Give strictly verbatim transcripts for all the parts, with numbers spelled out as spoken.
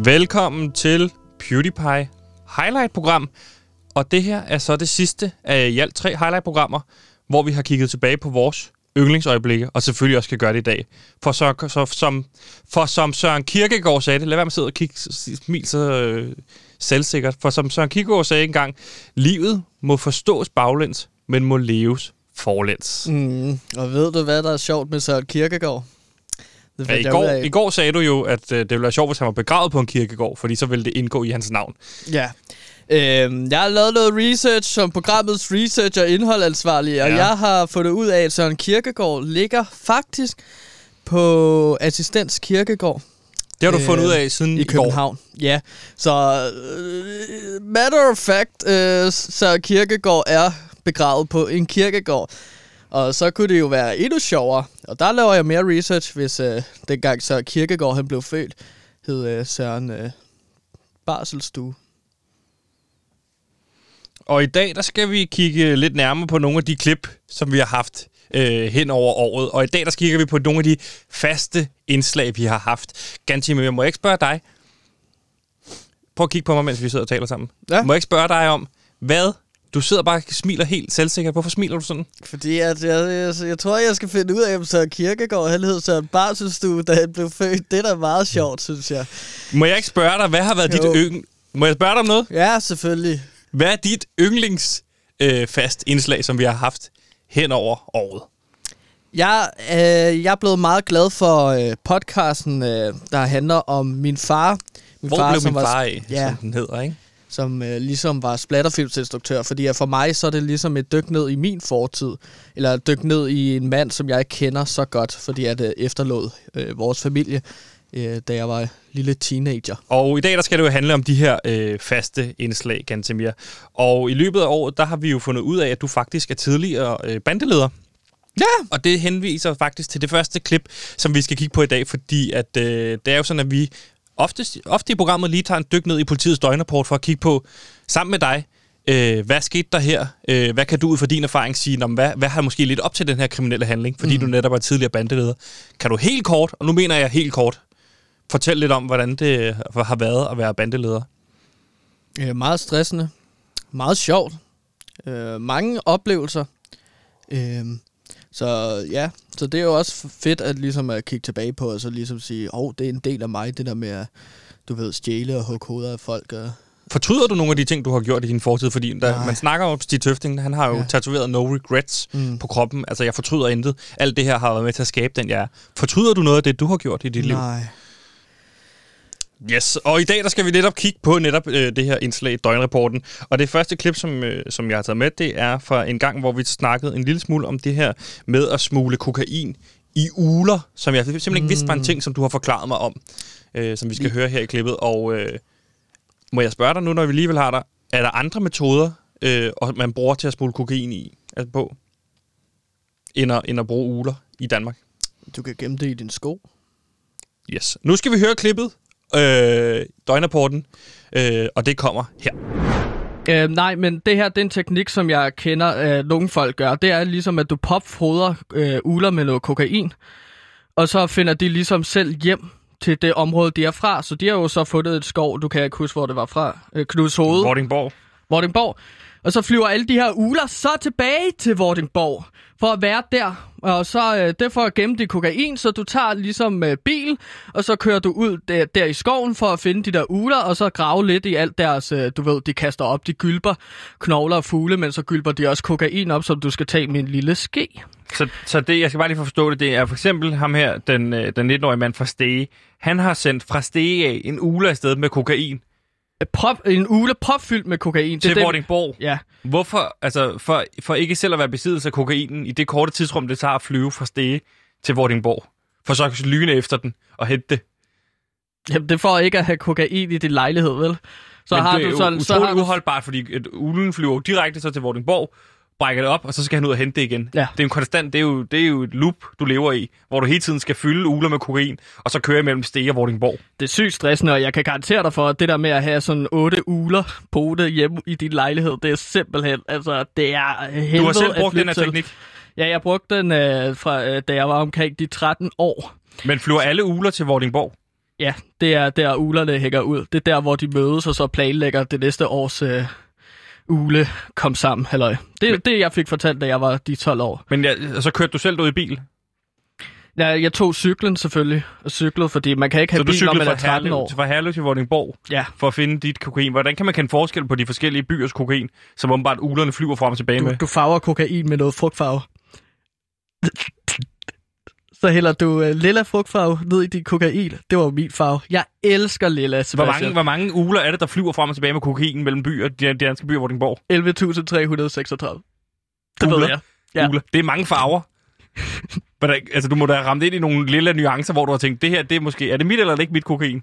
Velkommen til PewDiePie Highlight-program. Og det her er så det sidste af i alt tre highlight-programmer, hvor vi har kigget tilbage på vores yndlingsøjeblikke, og selvfølgelig også kan gøre det i dag. For, så, så, som, for som Søren Kierkegaard sagde det, lad være med at sidde og kigge, smil så øh, selvsikkert. For som Søren Kierkegaard sagde engang, livet må forstås baglæns, men må leves forlæns. Mm, og ved du, hvad der er sjovt med Søren Kierkegaard? Ja, i, går, I går sagde du jo, at øh, det ville være sjovt, hvis han var begravet på en kirkegård, fordi så ville det indgå i hans navn. Ja. Øhm, jeg har lavet noget research som programmets research- og indholdansvarlig, og ja. jeg har fundet ud af, at Søren Kierkegaard ligger faktisk på Assistens Kirkegård. Det har du øh, fundet ud af siden i, i København. Går. Ja, så uh, matter of fact, uh, Søren Kierkegaard er begravet på en kirkegård. Og så kunne det jo være endnu sjovere. Og der laver jeg mere research, hvis uh, dengang Søren Kierkegaard han blev født, hed uh, Søren uh, Barselstue. Og i dag, der skal vi kigge lidt nærmere på nogle af de klip, som vi har haft øh, hen over året. Og i dag, der kigger vi på nogle af de faste indslag, vi har haft. Gantim, jeg må ikke spørge dig. Prøv at kigge på mig, mens vi sidder og taler sammen. Ja. Må jeg ikke spørge dig om, hvad? Du sidder bare og smiler helt selvsikkert. Hvorfor smiler du sådan? Fordi at jeg, jeg, jeg tror, jeg skal finde ud af, om Søren Kierkegaard, han hed Søren Barselstue, da han blev født. Det er da meget sjovt, synes jeg. Må jeg ikke spørge dig, hvad har været jo. dit yndling? Må jeg spørge dig om noget? Ja, selvfølgelig. Hvad er dit yndlings øh, fast indslag, som vi har haft hen over året? Jeg, øh, jeg er blevet meget glad for øh, podcasten, øh, der handler om min far. Min Hvor far, blev min var, far af, ja, som den hedder, ikke? Som øh, ligesom var splatterfilmsinstruktør. Fordi for mig, så er det ligesom et dyk ned i min fortid. Eller et dyk ned i en mand, som jeg ikke kender så godt, fordi jeg øh, efterlod øh, vores familie, øh, da jeg var lille teenager. Og i dag der skal det jo handle om de her øh, faste indslag, Gantemir. Og i løbet af året, der har vi jo fundet ud af, at du faktisk er tidligere øh, bandeleder. Ja! Og det henviser faktisk til det første klip, som vi skal kigge på i dag, fordi at, øh, det er jo sådan, at vi ofte, ofte i programmet lige tager en dyk ned i politiets døgnrapport for at kigge på, sammen med dig, øh, hvad skete der her? Øh, hvad kan du ud fra din erfaring sige, om hvad, hvad har måske lidt op til den her kriminelle handling, fordi mm. du netop er tidligere bandeleder. Kan du helt kort, og nu mener jeg helt kort, fortæl lidt om, hvordan det har været at være bandeleder. Øh, meget stressende. Meget sjovt. Øh, mange oplevelser. Øh, så ja, så det er jo også fedt at ligesom at kigge tilbage på, og så ligesom sige, åh, oh, det er en del af mig, det der med at, du ved, stjæle og hugge hoveder af folk. Og fortryder du nogle af de ting, du har gjort i din fortid? Fordi der, man snakker om Stig Tøfting, han har jo ja. tatoveret no regrets mm. på kroppen. Altså, jeg fortryder intet. Alt det her har været med til at skabe den, jeg er. Fortryder du noget af det, du har gjort i dit Nej. liv? Nej. Yes, og i dag der skal vi netop kigge på netop øh, det her indslag i døgnrapporten. Og det første klip, som, øh, som jeg har taget med, det er fra en gang, hvor vi snakkede en lille smule om det her med at smule kokain i uler, som jeg simpelthen ikke mm. vidste var en ting, som du har forklaret mig om, øh, som vi skal vi... høre her i klippet. Og øh, må jeg spørge dig nu, når vi alligevel har dig, er der andre metoder, øh, man bruger til at smule kokain i, altså på, end at, end at bruge uler i Danmark? Du kan gemme det i din sko. Yes. Nu skal vi høre klippet. Øh, døgnrapporten, øh, og det kommer her. Øh, nej, men det her det er en teknik, som jeg kender, øh, nogle folk gør. Det er ligesom, at du popfodrer øh, uler med noget kokain, og så finder de ligesom selv hjem til det område, de er fra. Så de har jo så fundet et skov, du kan ikke huske, hvor det var fra. Øh, Knudshoved. Vordingborg. Vordingborg. Og så flyver alle de her uler så tilbage til Vordingborg for at være der. Og så øh, det for at gemme de kokain, så du tager ligesom øh, bil, og så kører du ud der, der i skoven for at finde de der uler, og så grave lidt i alt deres, øh, du ved, de kaster op, de gylper knogler og fugle, men så gylper de også kokain op, som du skal tage med en lille ske. Så, så det, jeg skal bare lige forstå det, det er for eksempel ham her, den, den nitten-årige mand fra Stege. Han har sendt fra Stege af en ule afsted med kokain. Prop, en ule propfyldt med kokain. Til Vordingborg? Ja. Hvorfor? Altså, for, for ikke selv at være besiddelse af kokainen i det korte tidsrum, det tager at flyve fra Stege til Vordingborg. For så at lyne efter den og hente det. Jamen, det får ikke at have kokain i din lejlighed, vel? Så Men har det er du sådan, så utroligt du... uholdbart, fordi at ulen flyver direkte så til Vordingborg, brækker det op, og så skal han ud og hente det igen. Ja. Det er en konstant, det er, jo, det er jo et loop, du lever i, hvor du hele tiden skal fylde uler med kokain, og så køre imellem Stege og Vordingborg. Det er sygt stressende, og jeg kan garantere dig for, at det der med at have sådan otte uler pote hjemme i din lejlighed, det er simpelthen, altså, det er helvede. Du har selv brugt den her teknik? Ja, jeg brugte den, øh, fra, øh, da jeg var omkring de tretten år. Men flyver alle uler til Vordingborg? Ja, det er der uglerne hænger ud. Det er der, hvor de mødes og så planlægger det næste års øh, ugle kom sammen. Halløj. Det er det, jeg fik fortalt, da jeg var de tolv år. Men ja, så kørte du selv ud i bil? Ja, jeg tog cyklen selvfølgelig, og cyklede, fordi man kan ikke have bil, når man er tretten år. Så fra Herlev til Vordingborg, ja. For at finde dit kokain. Hvordan kan man kende forskel på de forskellige byers kokain, som åbenbart uglerne flyver frem og tilbage du, med? Du farver kokain med noget frugtfarve. Så hælder du uh, lilla frugtfarve ned i din kokain. Det var min farve. Jeg elsker lilla, hvor mange, hvor mange ugler er det, der flyver frem og tilbage med kokain mellem byer, de, de danske byer Vordingborg? elleve tusind tre hundrede og seksogtredive. Det ugler. ved jeg. Ja. Ugler. Det er mange farver. Men altså, du må da have ramt ind i nogle lille nuancer, hvor du har tænkt, det her, det er måske, er det mit eller er det ikke mit kokain?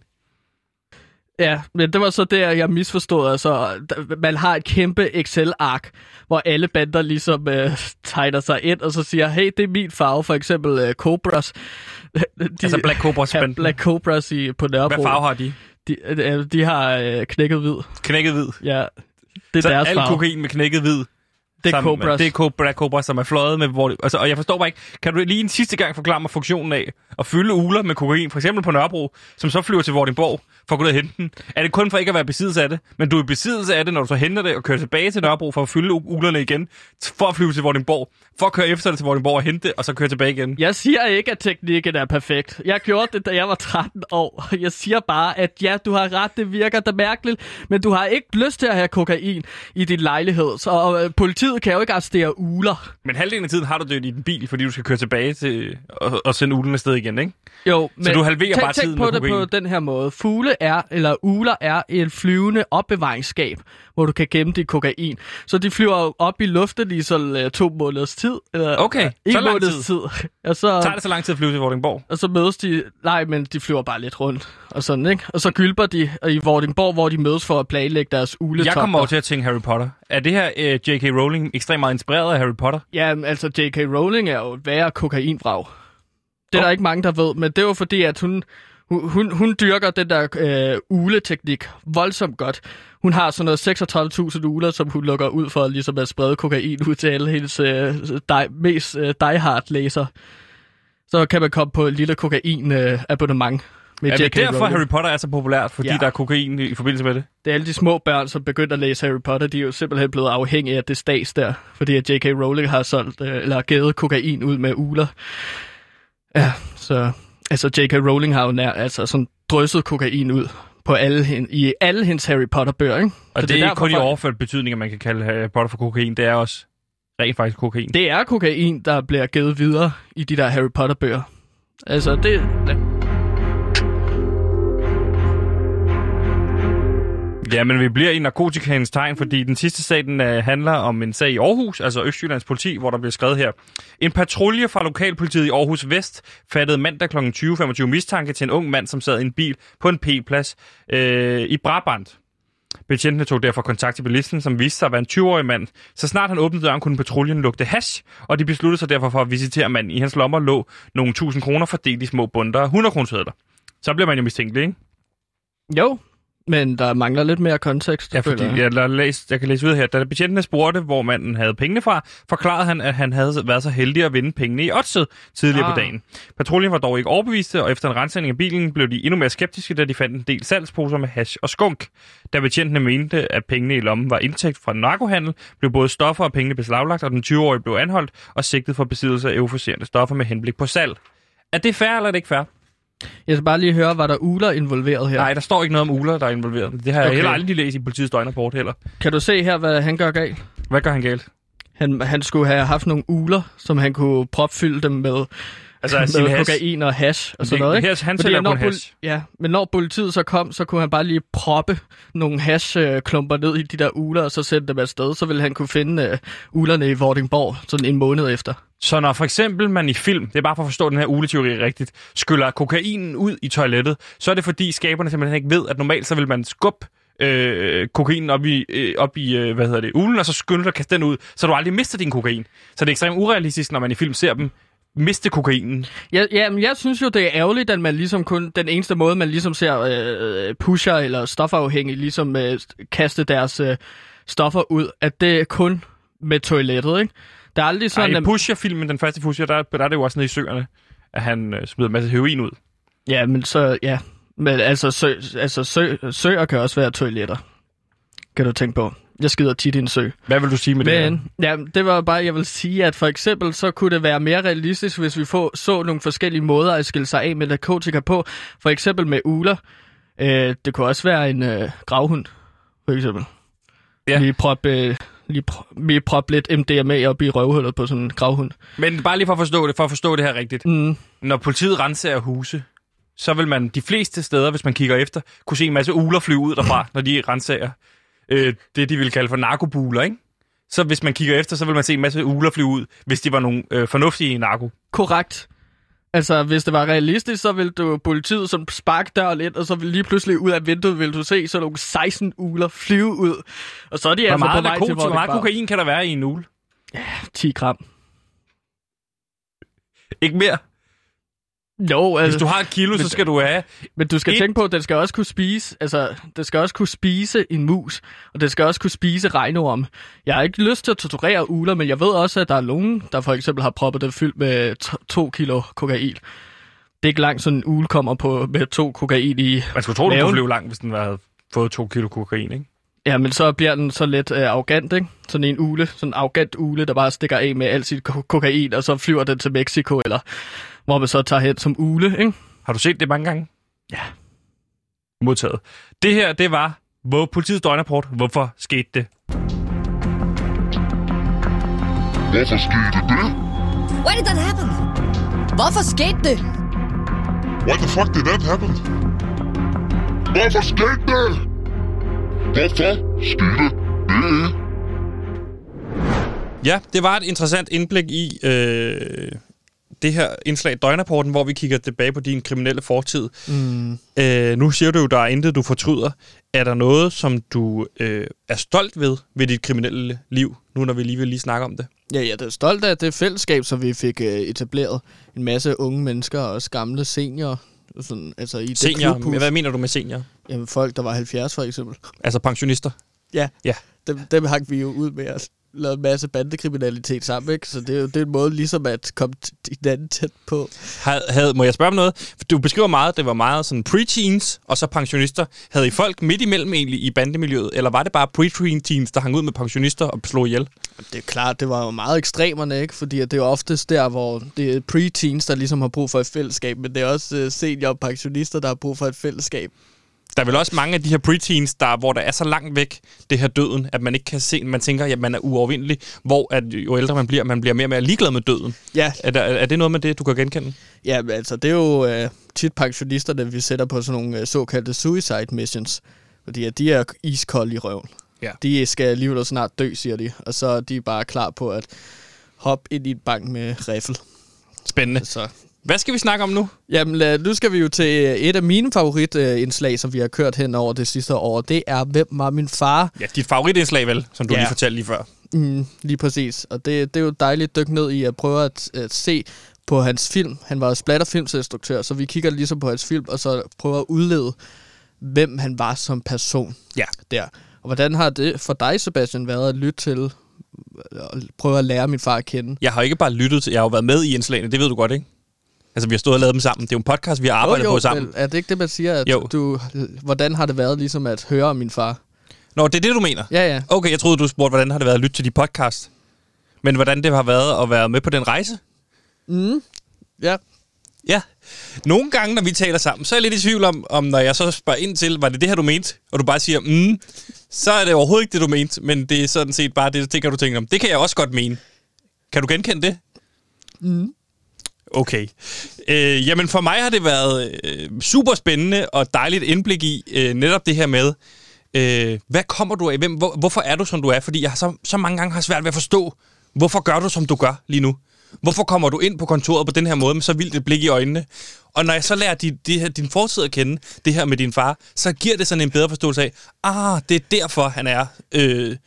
Ja, men det var så der, jeg misforstod. Altså, man har et kæmpe Excel-ark, hvor alle bander ligesom øh, tegner sig ind, og så siger, hey, det er min farve, for eksempel øh, Cobras. De, altså Black Cobras? Ja, Black Cobras i, på Nørrebro. Hvad farve har de? De, øh, de har øh, knækket hvid. Knækket hvid? Ja, det er så deres al farve. kokain med knækket hvid? Det er Cobras. Det er Black Cobras, som er fløjet med, hvor det, altså, og jeg forstår bare ikke, kan du lige en sidste gang forklare mig funktionen af at fylde ugler med kokain, for eksempel på Nørrebro, som så flyver til Vordingborg for at gå ned og hente den? Er det kun for ikke at være i besiddelse af det, men du er i besiddelse af det, når du så henter det og kører tilbage til Nørrebro for at fylde uglerne igen, for at flyve til Vordingborg, for at køre efter det til Vordingborg og hente det, og så køre tilbage igen? Jeg siger ikke, at teknikken er perfekt. Jeg gjorde det, da jeg var tretten år. Jeg siger bare, at ja, du har ret, det virker da mærkeligt, men du har ikke lyst til at have kokain i din lejlighed, så øh, politiet kan jo ikke arrestere ugler. Men halvdelen af tiden har du det i din bil, fordi du skal køre tilbage til og, og sende uglen afsted igen, ikke? Jo, så du halverer tænk, bare tænk tiden på med det kokain. På den her måde. Fugle er, eller ugler er et flyvende opbevaringsskab, hvor du kan gemme dit kokain. Så de flyver op i luften i så to måneders tid. Eller okay, en så lang tid. tid. Og så tager det så lang tid at flyve til Vordingborg? Og så mødes de, nej, men de flyver bare lidt rundt, og sådan, ikke? Og så gylper de i Vordingborg, hvor de mødes for at planlægge deres uletogter. Jeg kommer over til at tænke Harry Potter. Er det her uh, J K. Rowling ekstremt meget inspireret af Harry Potter? Ja, altså J K. Rowling er jo et værre kokainvrag. Det er oh. der ikke mange, der ved, men det er jo fordi, at hun, hun, hun dyrker den der øh, uleteknik voldsomt godt. Hun har sådan noget seksogtredive tusind ugler, som hun lukker ud for ligesom at sprede kokain ud til alle hendes øh, die, mest øh, die-hard-læser. Så kan man komme på et lille kokain-abonnement. Øh, er det derfor, Harry Potter er så populært? Fordi ja. der er kokain i forbindelse med det? Det er alle de små børn, som begyndte at læse Harry Potter, de er jo simpelthen blevet afhængige af det stads der. Fordi at J K. Rowling har solgt, øh, eller givet kokain ud med ugler. Ja, så... Altså, J K. Rowling har jo nær, altså sådan drysset kokain ud på alle, i alle hendes Harry Potter-bøger, ikke? Og så det er, er ikke kun i folk... overført betydning, at man kan kalde Harry Potter for kokain. Det er også rent faktisk kokain. Det er kokain, der bliver givet videre i de der Harry Potter-bøger. Altså, det... Ja. Ja, men vi bliver i narkotikaens tegn, fordi den sidste sag, den uh, handler om en sag i Aarhus, altså Østjyllands politi, hvor der bliver skrevet her. En patrulje fra lokalpolitiet i Aarhus Vest fattede mandag klokken tyve femogtyve mistanke til en ung mand, som sad i en bil på en P-plads øh, i Brabant. Betjentene tog derfor kontakt til bilisten, som viste sig at være en tyve-årig mand. Så snart han åbnede døren, kunne patruljen lugte hash, og de besluttede sig derfor for at visitere manden. I hans lommer lå nogle tusind kroner fordelt i små bundter af hundrede kronesedler. Så bliver man jo mistænkelig, ikke? Jo. Men der mangler lidt mere kontekst. Ja, fordi jeg, jeg, læs, jeg kan læse ud her. Da betjentene spurgte, hvor manden havde pengene fra, forklarede han, at han havde været så heldig at vinde pengene i oddset tidligere ah. på dagen. Patruljen var dog ikke overbeviste, og efter en rensning af bilen blev de endnu mere skeptiske, da de fandt en del salgsposer med hash og skunk. Da betjentene mente, at pengene i lommen var indtægt fra narkohandel, blev både stoffer og pengene beslaglagt, og den tyve-årige blev anholdt og sigtet for besiddelse af euforiserende stoffer med henblik på salg. Er det fair, eller er det ikke fair? Jeg skal bare lige høre, var der ugler involveret her? Nej, der står ikke noget om ugler, der er involveret. Det har jeg okay. heller aldrig læst i politiets døgnrapport heller. Kan du se her, hvad han gør galt? Hvad gør han galt? Han, han skulle have haft nogle ugler, som han kunne propfylde dem med, altså, med kokain og hash og sådan noget, ikke? Han sælger kun hash. Ja, men når politiet så kom, så kunne han bare lige proppe nogle hash-klumper ned i de der ugler, og så sætte dem afsted. Så ville han kunne finde uh, uglerne i Vordingborg sådan en måned efter. Så når for eksempel man i film, det er bare for at forstå den her ugleteori rigtigt, skyller kokainen ud i toilettet, så er det fordi skaberne simpelthen ikke ved, at normalt så vil man skubbe øh, kokainen op i, øh, op i øh, hvad hedder det, uglen, og så skynde dig at kaste den ud, så du aldrig mister din kokain. Så det er ekstremt urealistisk, når man i film ser dem miste kokainen. Ja, ja, men jeg synes jo, det er ærgerligt, at man ligesom kun, den eneste måde, man ligesom ser øh, pusher eller stofafhængige ligesom øh, kaste deres øh, stoffer ud, at det er kun med toilettet, ikke? Der er aldrig sådan... Ej, i Pusher-filmen, den første Pusher, der, der er det jo også nede i søerne, at han øh, smider en masse heroin ud. Ja, men så, ja. Men altså, sø, altså sø, søer kan også være toiletter. Kan du tænke på? Jeg skider tit i en sø. Hvad vil du sige med Men, det her? Ja, det var bare, jeg vil sige, at for eksempel, så kunne det være mere realistisk, hvis vi få, så nogle forskellige måder at skille sig af med narkotika på. For eksempel med ugler. Øh, det kunne også være en øh, gravhund, for eksempel. Ja. Lige prop, øh, lige, prop, lige prop lidt M D M A op i røvhullet på sådan en gravhund. Men bare lige for at forstå det, for at forstå det her rigtigt. Mm. Når politiet renser huse, så vil man de fleste steder, hvis man kigger efter, kunne se en masse ugler flyve ud derfra, når de renser. Øh, det, de vil kalde for narkobuler, ikke? Så hvis man kigger efter, så vil man se en masse ugler flyve ud, hvis de var nogle øh, fornuftige narko. Korrekt. Altså, hvis det var realistisk, så ville du politiet sådan sparke døren lidt, og så ville lige pludselig ud af vinduet, ville du se så nogle seksten ugler flyve ud. Og så er de hvor altså på vej til, hvor Hvor meget kokain kan der være i en ugle? Ja, ti gram. Ikke mere? Jo, altså... Hvis du har et kilo, men, så skal du have... Men du skal et... tænke på, at den skal også kunne spise... Altså, den skal også kunne spise en mus, og den skal også kunne spise regnorm. Jeg har ikke lyst til at torturere ugler, men jeg ved også, at der er nogen, der for eksempel har proppet det fyldt med to, to kilo kokain. Det er ikke langt, sådan en ugle kommer på med to kokain i man skulle tro, den kunne flyve langt, hvis den havde fået to kilo kokain, ikke? Ja, men så bliver den så lidt øh, arrogant, ikke? Sådan en ugle, sådan en arrogant ugle, der bare stikker af med alt sit ko- kokain, og så flyver den til Mexico, eller hvor man så tager hen som ugle, ikke? Har du set det mange gange? Ja. Modtaget. Det her, det var hvor politiets døgnrapport. Hvorfor skete det? Hvorfor skete det? Why did that happen? Hvorfor skete det? Why the fuck did that happen? Hvorfor skete det? Hvorfor skete det? Ja, det var et interessant indblik i øh, det her indslag Døgnrapporten, hvor vi kigger tilbage på din kriminelle fortid. Mm. Øh, nu siger du jo, der er intet, du fortryder. Er der noget, som du øh, er stolt ved ved dit kriminelle liv, nu når vi lige vil lige snakke om det? Ja, jeg er stolt af det fællesskab, som vi fik øh, etableret. En masse unge mennesker og også gamle seniorer. Sådan, altså i senior? Det hvad mener du med senior? Jamen folk, der var halvfjerds for eksempel. Altså pensionister? Ja, ja. Dem, dem hang vi jo ud med at lave en masse bandekriminalitet sammen, ikke? Så det er jo det er en måde ligesom at komme hinanden tæt på. Had, had, må jeg spørge om noget? Du beskriver meget, det var meget sådan pre-teens og så pensionister. Havde I folk midt imellem egentlig i bandemiljøet, eller var det bare pre-teens, der hang ud med pensionister og slog ihjel? Det er klart, det var jo meget ekstremerne, ikke? Fordi det er jo oftest der, hvor det er pre-teens, der ligesom har brug for et fællesskab, men det er også senior og pensionister, der har brug for et fællesskab. Der er vel også mange af de her preteens, der, hvor der er så langt væk, det her døden, at man ikke kan se, man tænker, at man er uovervindelig, hvor at jo ældre man bliver, man bliver mere og mere ligeglad med døden. Ja. Er, der, er det noget med det, du kan genkende? Ja, altså det er jo øh, tit pensionisterne, vi sætter på sådan nogle øh, såkaldte suicide missions, fordi at de er iskolde i røven. Ja. De skal alligevel snart dø, siger de, og så er de bare klar på at hoppe ind i et bank med riffel. Spændende. Så. Hvad skal vi snakke om nu? Jamen, nu skal vi jo til et af mine favoritindslag, som vi har kørt hen over det sidste år. Det er, hvem var min far? Ja, dit favoritindslag vel, som du ja. lige fortalte lige før. Mm, lige præcis. Og det, det er jo dejligt at dykke ned i at prøve at, at se på hans film. Han var jo splatterfilmsinstruktør, så vi kigger ligesom på hans film, og så prøver at udlede, hvem han var som person. Ja. Der. Og hvordan har det for dig, Sebastian, været at lytte til, og prøve at lære min far at kende? Jeg har ikke bare lyttet til, jeg har jo været med i indslagene, det ved du godt, ikke? Altså, vi har stået og lavet dem sammen. Det er jo en podcast, vi har arbejdet jo, jo, på sammen. Er det ikke det, man siger? At du, hvordan har det været ligesom at høre om min far? Nå, det er det, du mener? Ja, ja. Okay, jeg troede, du spurgte, hvordan har det været at lytte til de podcast. Men hvordan det har været at være med på den rejse? Mm, ja. Ja. Nogle gange, når vi taler sammen, så er jeg lidt i tvivl om, om når jeg så spørger ind til, var det det her, du mente? Og du bare siger, mm, så er det overhovedet ikke det, du mente. Men det er sådan set bare det, tænker du tænker om. Det kan jeg også godt mene. Kan du genkende det? Mm. Okay. Øh, jamen for mig har det været øh, super spændende og dejligt indblik i øh, netop det her med, øh, hvad kommer du af? Hvem, hvor, hvorfor er du, som du er? Fordi jeg har så, så mange gange har svært ved at forstå, hvorfor gør du, som du gør lige nu? Hvorfor kommer du ind på kontoret på den her måde med så vildt et blik i øjnene? Og når jeg så lærer de, de her, din fortid at kende, det her med din far, så giver det sådan en bedre forståelse af, ah, det er derfor, han er, øh,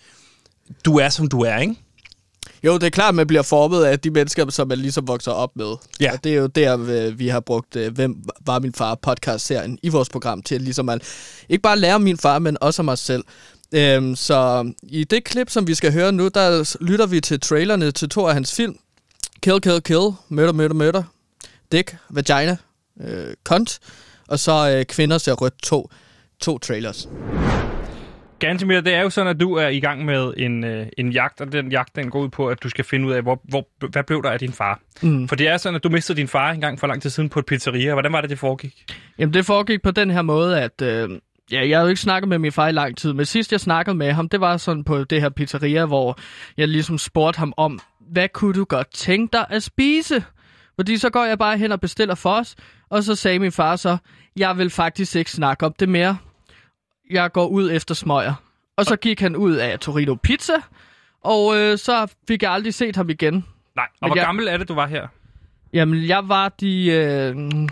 du er, som du er, ikke? Jo, det er klart, at man bliver formet af de mennesker, som man ligesom vokser op med. Ja. Og det er jo der, vi har brugt Hvem var min far podcast-serien i vores program til ligesom at ikke bare lære min far, men også mig selv. Øhm, så i det klip, som vi skal høre nu, der lytter vi til trailerne til to af hans film. Kill, Kill, Kill, Murder, Murder, Murder, Dick, Vagina, øh, Cunt og så øh, Kvinder ser rødt to, to trailers. Gantemir, det er jo sådan, at du er i gang med en, øh, en jagt, og den jagt den går ud på, at du skal finde ud af, hvor, hvor, hvad blev der af din far? Mm. For det er sådan, at du mistede din far en gang for lang tid siden på et pizzeria. Hvordan var det, det foregik? Jamen, det foregik på den her måde, at øh, ja, jeg havde jo ikke snakket med min far i lang tid, men sidst jeg snakkede med ham, det var sådan på det her pizzeria, hvor jeg ligesom spurgte ham om, hvad kunne du godt tænke dig at spise? Fordi så går jeg bare hen og bestiller for os, og så sagde min far så, jeg vil faktisk ikke snakke om det mere. Jeg går ud efter smøger. Og så gik han ud af Torino Pizza, og øh, så fik jeg aldrig set ham igen. Nej, og Men hvor jeg, gammel er det, du var her? Jamen, jeg var de... Øh,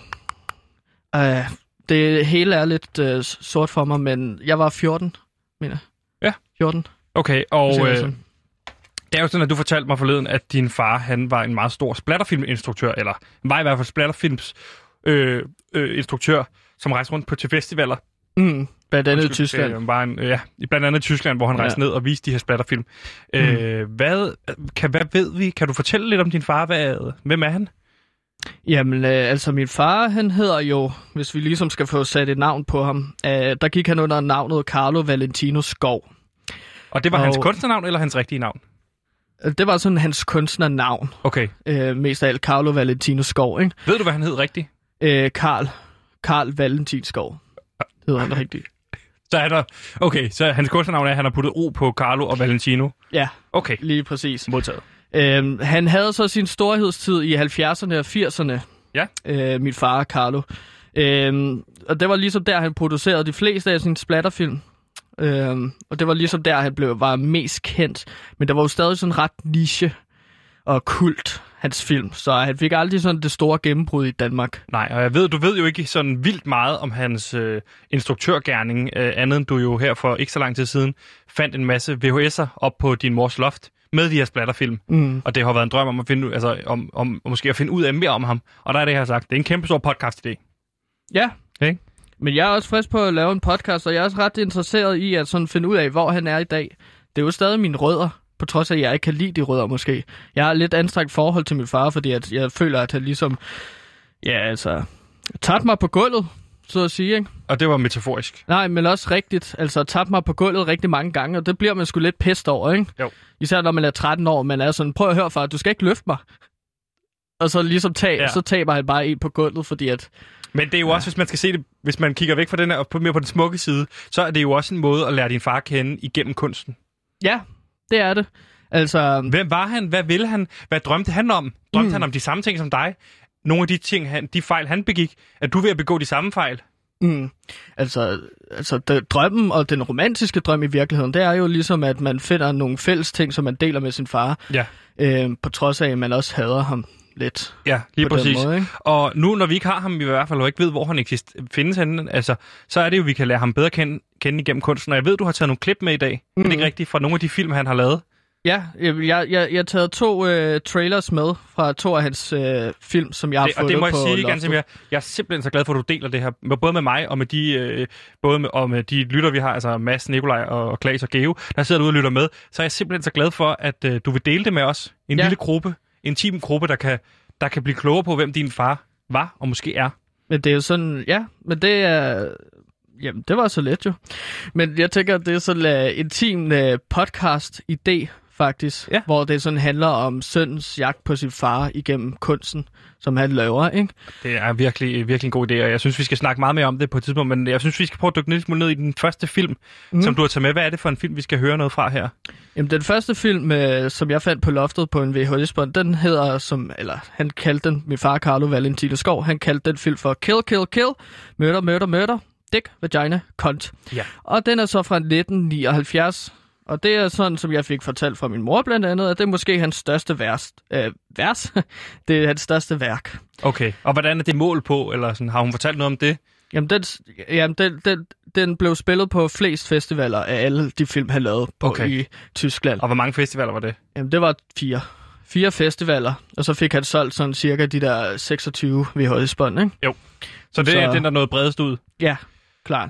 øh, det hele er lidt øh, sort for mig, men jeg var fjorten, mener Ja. fjorten. Okay, og øh, det er jo sådan, at du fortalte mig forleden, at din far, han var en meget stor splatterfilminstruktør, eller var i hvert fald splatterfilms øh, øh, instruktør, som rejste rundt på til festivaler. Mm, blandt andet i Tyskland. Øh, var en, ja, blandt andet i Tyskland, hvor han ja. rejste ned og viste de her splatterfilm. Mm. Øh, hvad, kan, hvad ved vi? Kan du fortælle lidt om din far? Hvad, hvem er han? Jamen, øh, altså min far, han hedder jo, hvis vi ligesom skal få sat et navn på ham, øh, der gik han under navnet Carlo Valentino Skov. Og det var og, hans kunstnernavn eller hans rigtige navn? Det var sådan hans kunstnernavn. Okay. Øh, mest af alt Carlo Valentino Skov, ikke? Ved du, hvad han hed rigtigt? Øh, Carl. Carl Valentin Skov. Hedder han rigtigt. Så er der... Okay, så hans kunstnernavn er, at han har puttet O på Carlo og Valentino? Ja, okay. Lige præcis. Modtaget. Øhm, han havde så sin storhedstid i halvfjerdserne og firserne. Ja. Øh, min far, Carlo. Øhm, og det var ligesom der, han producerede de fleste af sine splatterfilm. Øhm, og det var ligesom der, han blev, var mest kendt. Men der var jo stadig sådan ret niche og kult, hans film. Så han fik aldrig sådan det store gennembrud i Danmark. Nej, og jeg ved, du ved jo ikke sådan vildt meget om hans øh, instruktørgerning, øh, andet end du jo her for ikke så lang tid siden fandt en masse V H S'er op på din mors loft med de her splatterfilm. Mm. Og det har været en drøm om at finde, altså, om, om, om måske at finde ud af mere om ham. Og der er det, jeg har sagt. Det er en kæmpe stor podcast-idé. Ja. Okay. Men jeg er også frisk på at lave en podcast, og jeg er også ret interesseret i at sådan finde ud af, hvor han er i dag. Det er jo stadig mine rødder, på trods af, at jeg ikke kan lide de rødder måske. Jeg har lidt anstrengt forhold til min far, fordi at jeg føler, at han ligesom, ja altså, tabte mig på gulvet, så at sige, ikke? Og det var metaforisk. Nej, men også rigtigt. Altså, tabte mig på gulvet rigtig mange gange, og det bliver man sgu lidt pest over, ikke? Jo. Især når man er tretten år, man er sådan, prøv at høre, far, du skal ikke løfte mig. Og så ligesom tab, ja. så taber han bare en på gulvet, fordi at... Men det er jo ja. også, hvis man skal se det, hvis man kigger væk fra den her, og mere på den smukke side, så er det jo også en måde at lære din far at kende igennem kunsten. Ja, det er det. Altså... Hvem var han? Hvad ville han? Hvad drømte han om? Drømte mm. han om de samme ting som dig? Nogle af de ting, han, de fejl, han begik, er du ved at begå de samme fejl? Mm. Altså, altså det, drømmen og den romantiske drøm i virkeligheden, det er jo ligesom, at man finder nogle fælles ting, som man deler med sin far. Ja. Øh, på trods af, at man også hader ham lidt. Ja, lige præcis. Måde, og nu, når vi ikke har ham i hvert fald, og ikke ved, hvor han eksist- findes henne, altså, så er det jo, at vi kan lære ham bedre kende, kende igennem kunsten. Og jeg ved, du har taget nogle klip med i dag. Mm. Er det ikke rigtigt? Fra nogle af de film, han har lavet? Ja, jeg, jeg, jeg har taget to øh, trailers med fra to af hans øh, film, som jeg har det, fået på. Og det må jeg sige, loftet. ganske mere. Jeg er simpelthen så glad for, at du deler det her, med, både med mig og med de, øh, både med, og med de lytter, vi har, altså Mads, Nikolaj og, og Klaas og Geo, der sidder ude og lytter med. Så er jeg simpelthen så glad for, at øh, du vil dele det med os. En ja. lille gruppe, en intim gruppe, der kan, der kan blive klogere på, hvem din far var og måske er. Men det er jo sådan, ja, men det er... Jamen, det var så let jo. Men jeg tænker, at det er sådan en uh, intim uh, podcast-idé, faktisk. Ja. Hvor det sådan handler om søns jagt på sin far igennem kunsten, som han laver, ikke? Det er virkelig, virkelig en god idé, og jeg synes, vi skal snakke meget mere om det på et tidspunkt, men jeg synes, vi skal prøve at dykke lidt ned i den første film, mm. som du har taget med. Hvad er det for en film, vi skal høre noget fra her? Jamen, den første film, uh, som jeg fandt på loftet på en V H S-bånd, den hedder, som, eller han kaldte den, min far Carlo Valentino Skov, han kaldte den film for Kill, Kill, Kill, Murder, Murder, Murder, Dick, Vagina, Cunt. Ja. Og den er så fra nitten nioghalvfjerds. Og det er sådan, som jeg fik fortalt fra min mor blandt andet, at det er måske hans største vers. Øh, vers? Det er hans største værk. Okay, og hvordan er det mål på? Eller sådan, har hun fortalt noget om det? Jamen, den, jamen den, den, den blev spillet på flest festivaler af alle de film, han lavede på okay. i Tyskland. Og hvor mange festivaler var det? Jamen, det var fire. Fire festivaler, og så fik han solgt sådan cirka de der seksogtyve V H S-bånd, ikke? Jo. Så det så... er den, der nåede bredest ud? Ja, klart.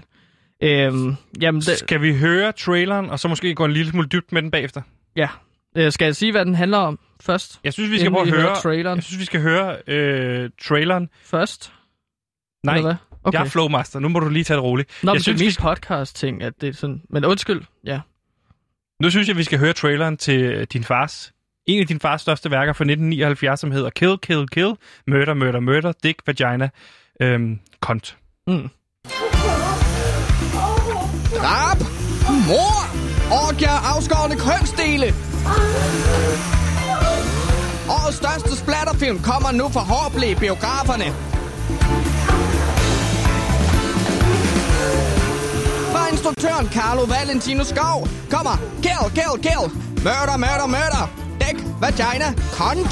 Øhm, jamen det... Skal vi høre traileren, og så måske gå en lille smule dybt med den bagefter? Ja. Øh, skal jeg sige, hvad den handler om først? Jeg synes, vi skal prøve at høre traileren. Jeg synes, vi skal høre øh, traileren først. Nej. Okay. Jeg er flowmaster. Nu må du lige tage det roligt. Nå, jeg men synes, det er min skal... podcast-ting, at det er sådan... Men undskyld, ja. Nu synes jeg, vi skal høre traileren til din fars... En af din fars største værker fra nitten nioghalvfjerds, som hedder Kill, Kill, Kill, Murder, Murder, Murder, Dick, Vagina, øhm, Cunt. Mm. Drab, mor, orgier, afskårne kønsdele. Årets største splatterfilm kommer nu for hårdblæ biograferne. Fra instruktøren Carlo Valentino Skov kommer Kill, Kill, Kill, Murder, Murder, Murder, Dick, Vagina, Cunt.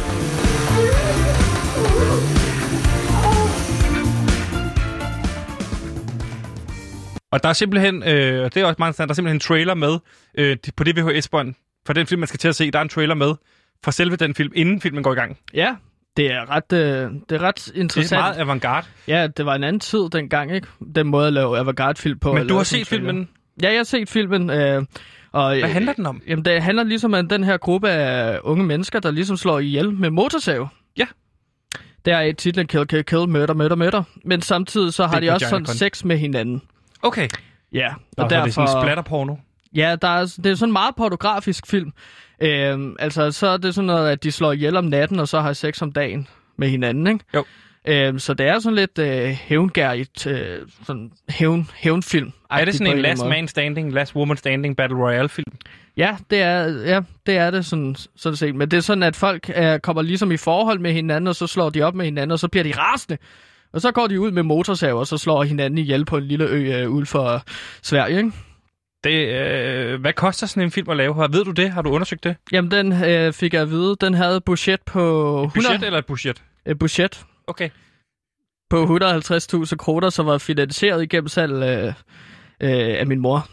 Og der er simpelthen, øh, og det er også meget interessant, der er simpelthen en trailer med øh, på det V H S-bånd for den film, man skal til at se. Der er en trailer med for selve den film, inden filmen går i gang. Ja, det er ret, øh, det er ret interessant. Det er meget avantgarde. Ja, det var en anden tid dengang, ikke? Den måde at lave avantgarde-film på. Men du har set filmen? Ja, jeg har set filmen. Øh, og, Hvad handler den om? Jamen, det handler ligesom om den her gruppe af unge mennesker, der ligesom slår ihjel med motorsav. Ja. Der er et titlen Kill, Kill, Kill, Murder, Murder, Murder. Men samtidig så har det de også sådan sex med hinanden. Okay. Ja. Og, og derfor... det er sådan en splatterporno? Ja, der er, det er sådan en meget pornografisk film. Øhm, altså, så er det sådan noget, at de slår ihjel om natten, og så har sex om dagen med hinanden, ikke? Jo. Øhm, så det er sådan lidt øh, hævngærigt, øh, sådan hævn, hævnfilm. Er det sådan en last man standing, last woman standing battle royale film? Ja, det er, ja, det er det sådan, sådan set. Men det er sådan, at folk øh, kommer ligesom i forhold med hinanden, og så slår de op med hinanden, og så bliver de rasende. Og så går de ud med motorsav, og så slår hinanden ihjel på en lille ø øh, ude for Sverige, ikke? Det, øh, hvad koster sådan en film at lave? Ved du det? Har du undersøgt det? Jamen, den øh, fik jeg at vide. Den havde budget på... Et budget hundrede... eller et budget? Et budget. Okay. På et hundrede og halvtreds tusind kroner, som var finansieret igennem salg øh, øh, af min mor.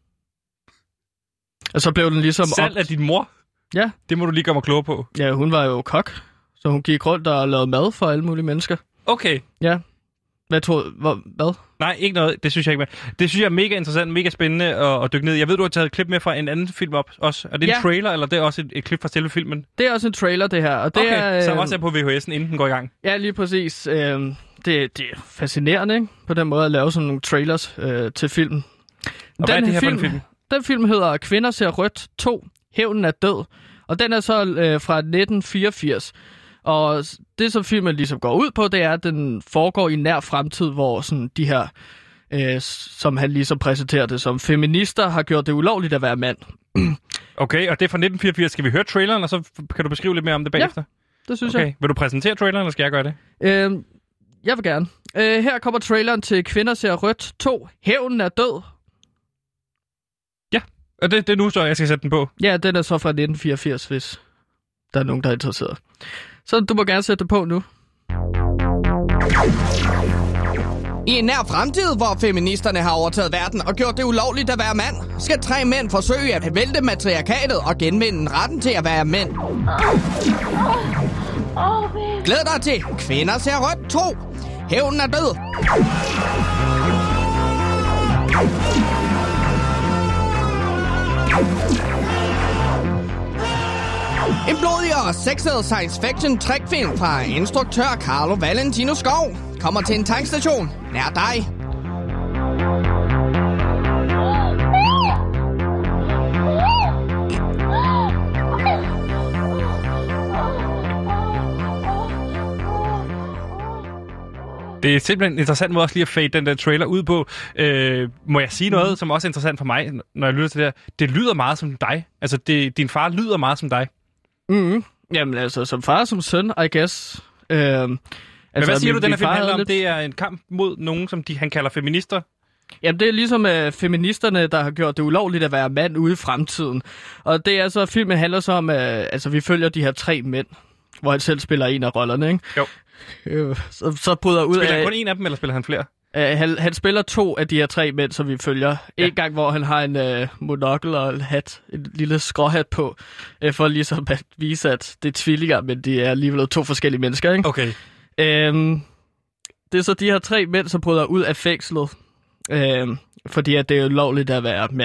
Og så blev den ligesom... Salg op... af din mor? Ja. Det må du lige gøre mig klogere på. Ja, hun var jo kok, så hun gik rundt og lavede mad for alle mulige mennesker. Okay. Ja. Hvad tror du? Hvad? Nej, ikke noget. Det synes jeg ikke. Det synes jeg er mega interessant, mega spændende at, at dykke ned. Jeg ved, du har taget et klip med fra en anden film op også. Er det en ja. trailer, eller det er også et, et klip fra selve filmen? Det er også en trailer, det her. Og det okay, er, så også er på V H S'en, inden den går i gang. Ja, lige præcis. Øh, det, det er fascinerende, ikke? På den måde at lave sådan nogle trailers øh, til filmen. Og den hvad er det her film, for en film? Den film hedder Kvinder ser rødt to. Hævnen er død. Og den er så øh, fra nitten fireogfirs. Og det, som filmen ligesom går ud på, det er, at den foregår i nær fremtid, hvor sådan de her, øh, som han ligesom præsenterer det som, feminister har gjort det ulovligt at være mand. Okay, og det er fra nitten fireogfirs. Skal vi høre traileren, og så kan du beskrive lidt mere om det bagefter? Ja, det synes okay. jeg. Vil du præsentere traileren, eller skal jeg gøre det? Øh, jeg vil gerne. Øh, her kommer traileren til Kvinder ser rødt to. Hævnen er død. Ja, og det, det er nu, så jeg skal sætte den på. Ja, den er så fra nitten fireogfirs, hvis der er nogen, der er interesseret. Så du må gerne sætte det på nu. I en nær fremtid, hvor feministerne har overtaget verden og gjort det ulovligt at være mand, skal tre mænd forsøge at vælte matriarkatet og genvinde retten til at være mænd. Glæd dig til Kvinder ser rødt to. Hævnen er død. En blodig og sexet science fiction trickfilm fra instruktør Carlo Valentino Skov kommer til en tankstation nær dig. Det er simpelthen en interessant måde også lige at fade den der trailer ud på. Øh, må jeg sige noget, som også er interessant for mig, når jeg lytter til det her? Det lyder meget som dig. Altså, det, din far lyder meget som dig. Mm-hmm. Jamen altså, som far som søn, I guess. Øh, altså, Men hvad siger min, du, den her film handler om? lidt... Det er en kamp mod nogen, som de, han kalder feminister? Jamen, det er ligesom uh, feministerne, der har gjort det ulovligt at være mand ude i fremtiden. Og det er så, filmen handler så om, uh, altså vi følger de her tre mænd, hvor han selv spiller en af rollerne, ikke? Jo. Øh, så, så bryder ud spiller af... han kun en af dem, eller spiller han flere? Uh, han, han spiller to af de her tre mænd, som vi følger. Ja. En gang, hvor han har en uh, monokkel og en hat, en lille skråhat på, uh, for ligesom at vise, at det er tvillinger, men de er alligevel to forskellige mennesker, ikke? Okay. Uh, det er så de her tre mænd, som bryder ud af fængslet, uh, fordi at det er ulovligt at være mand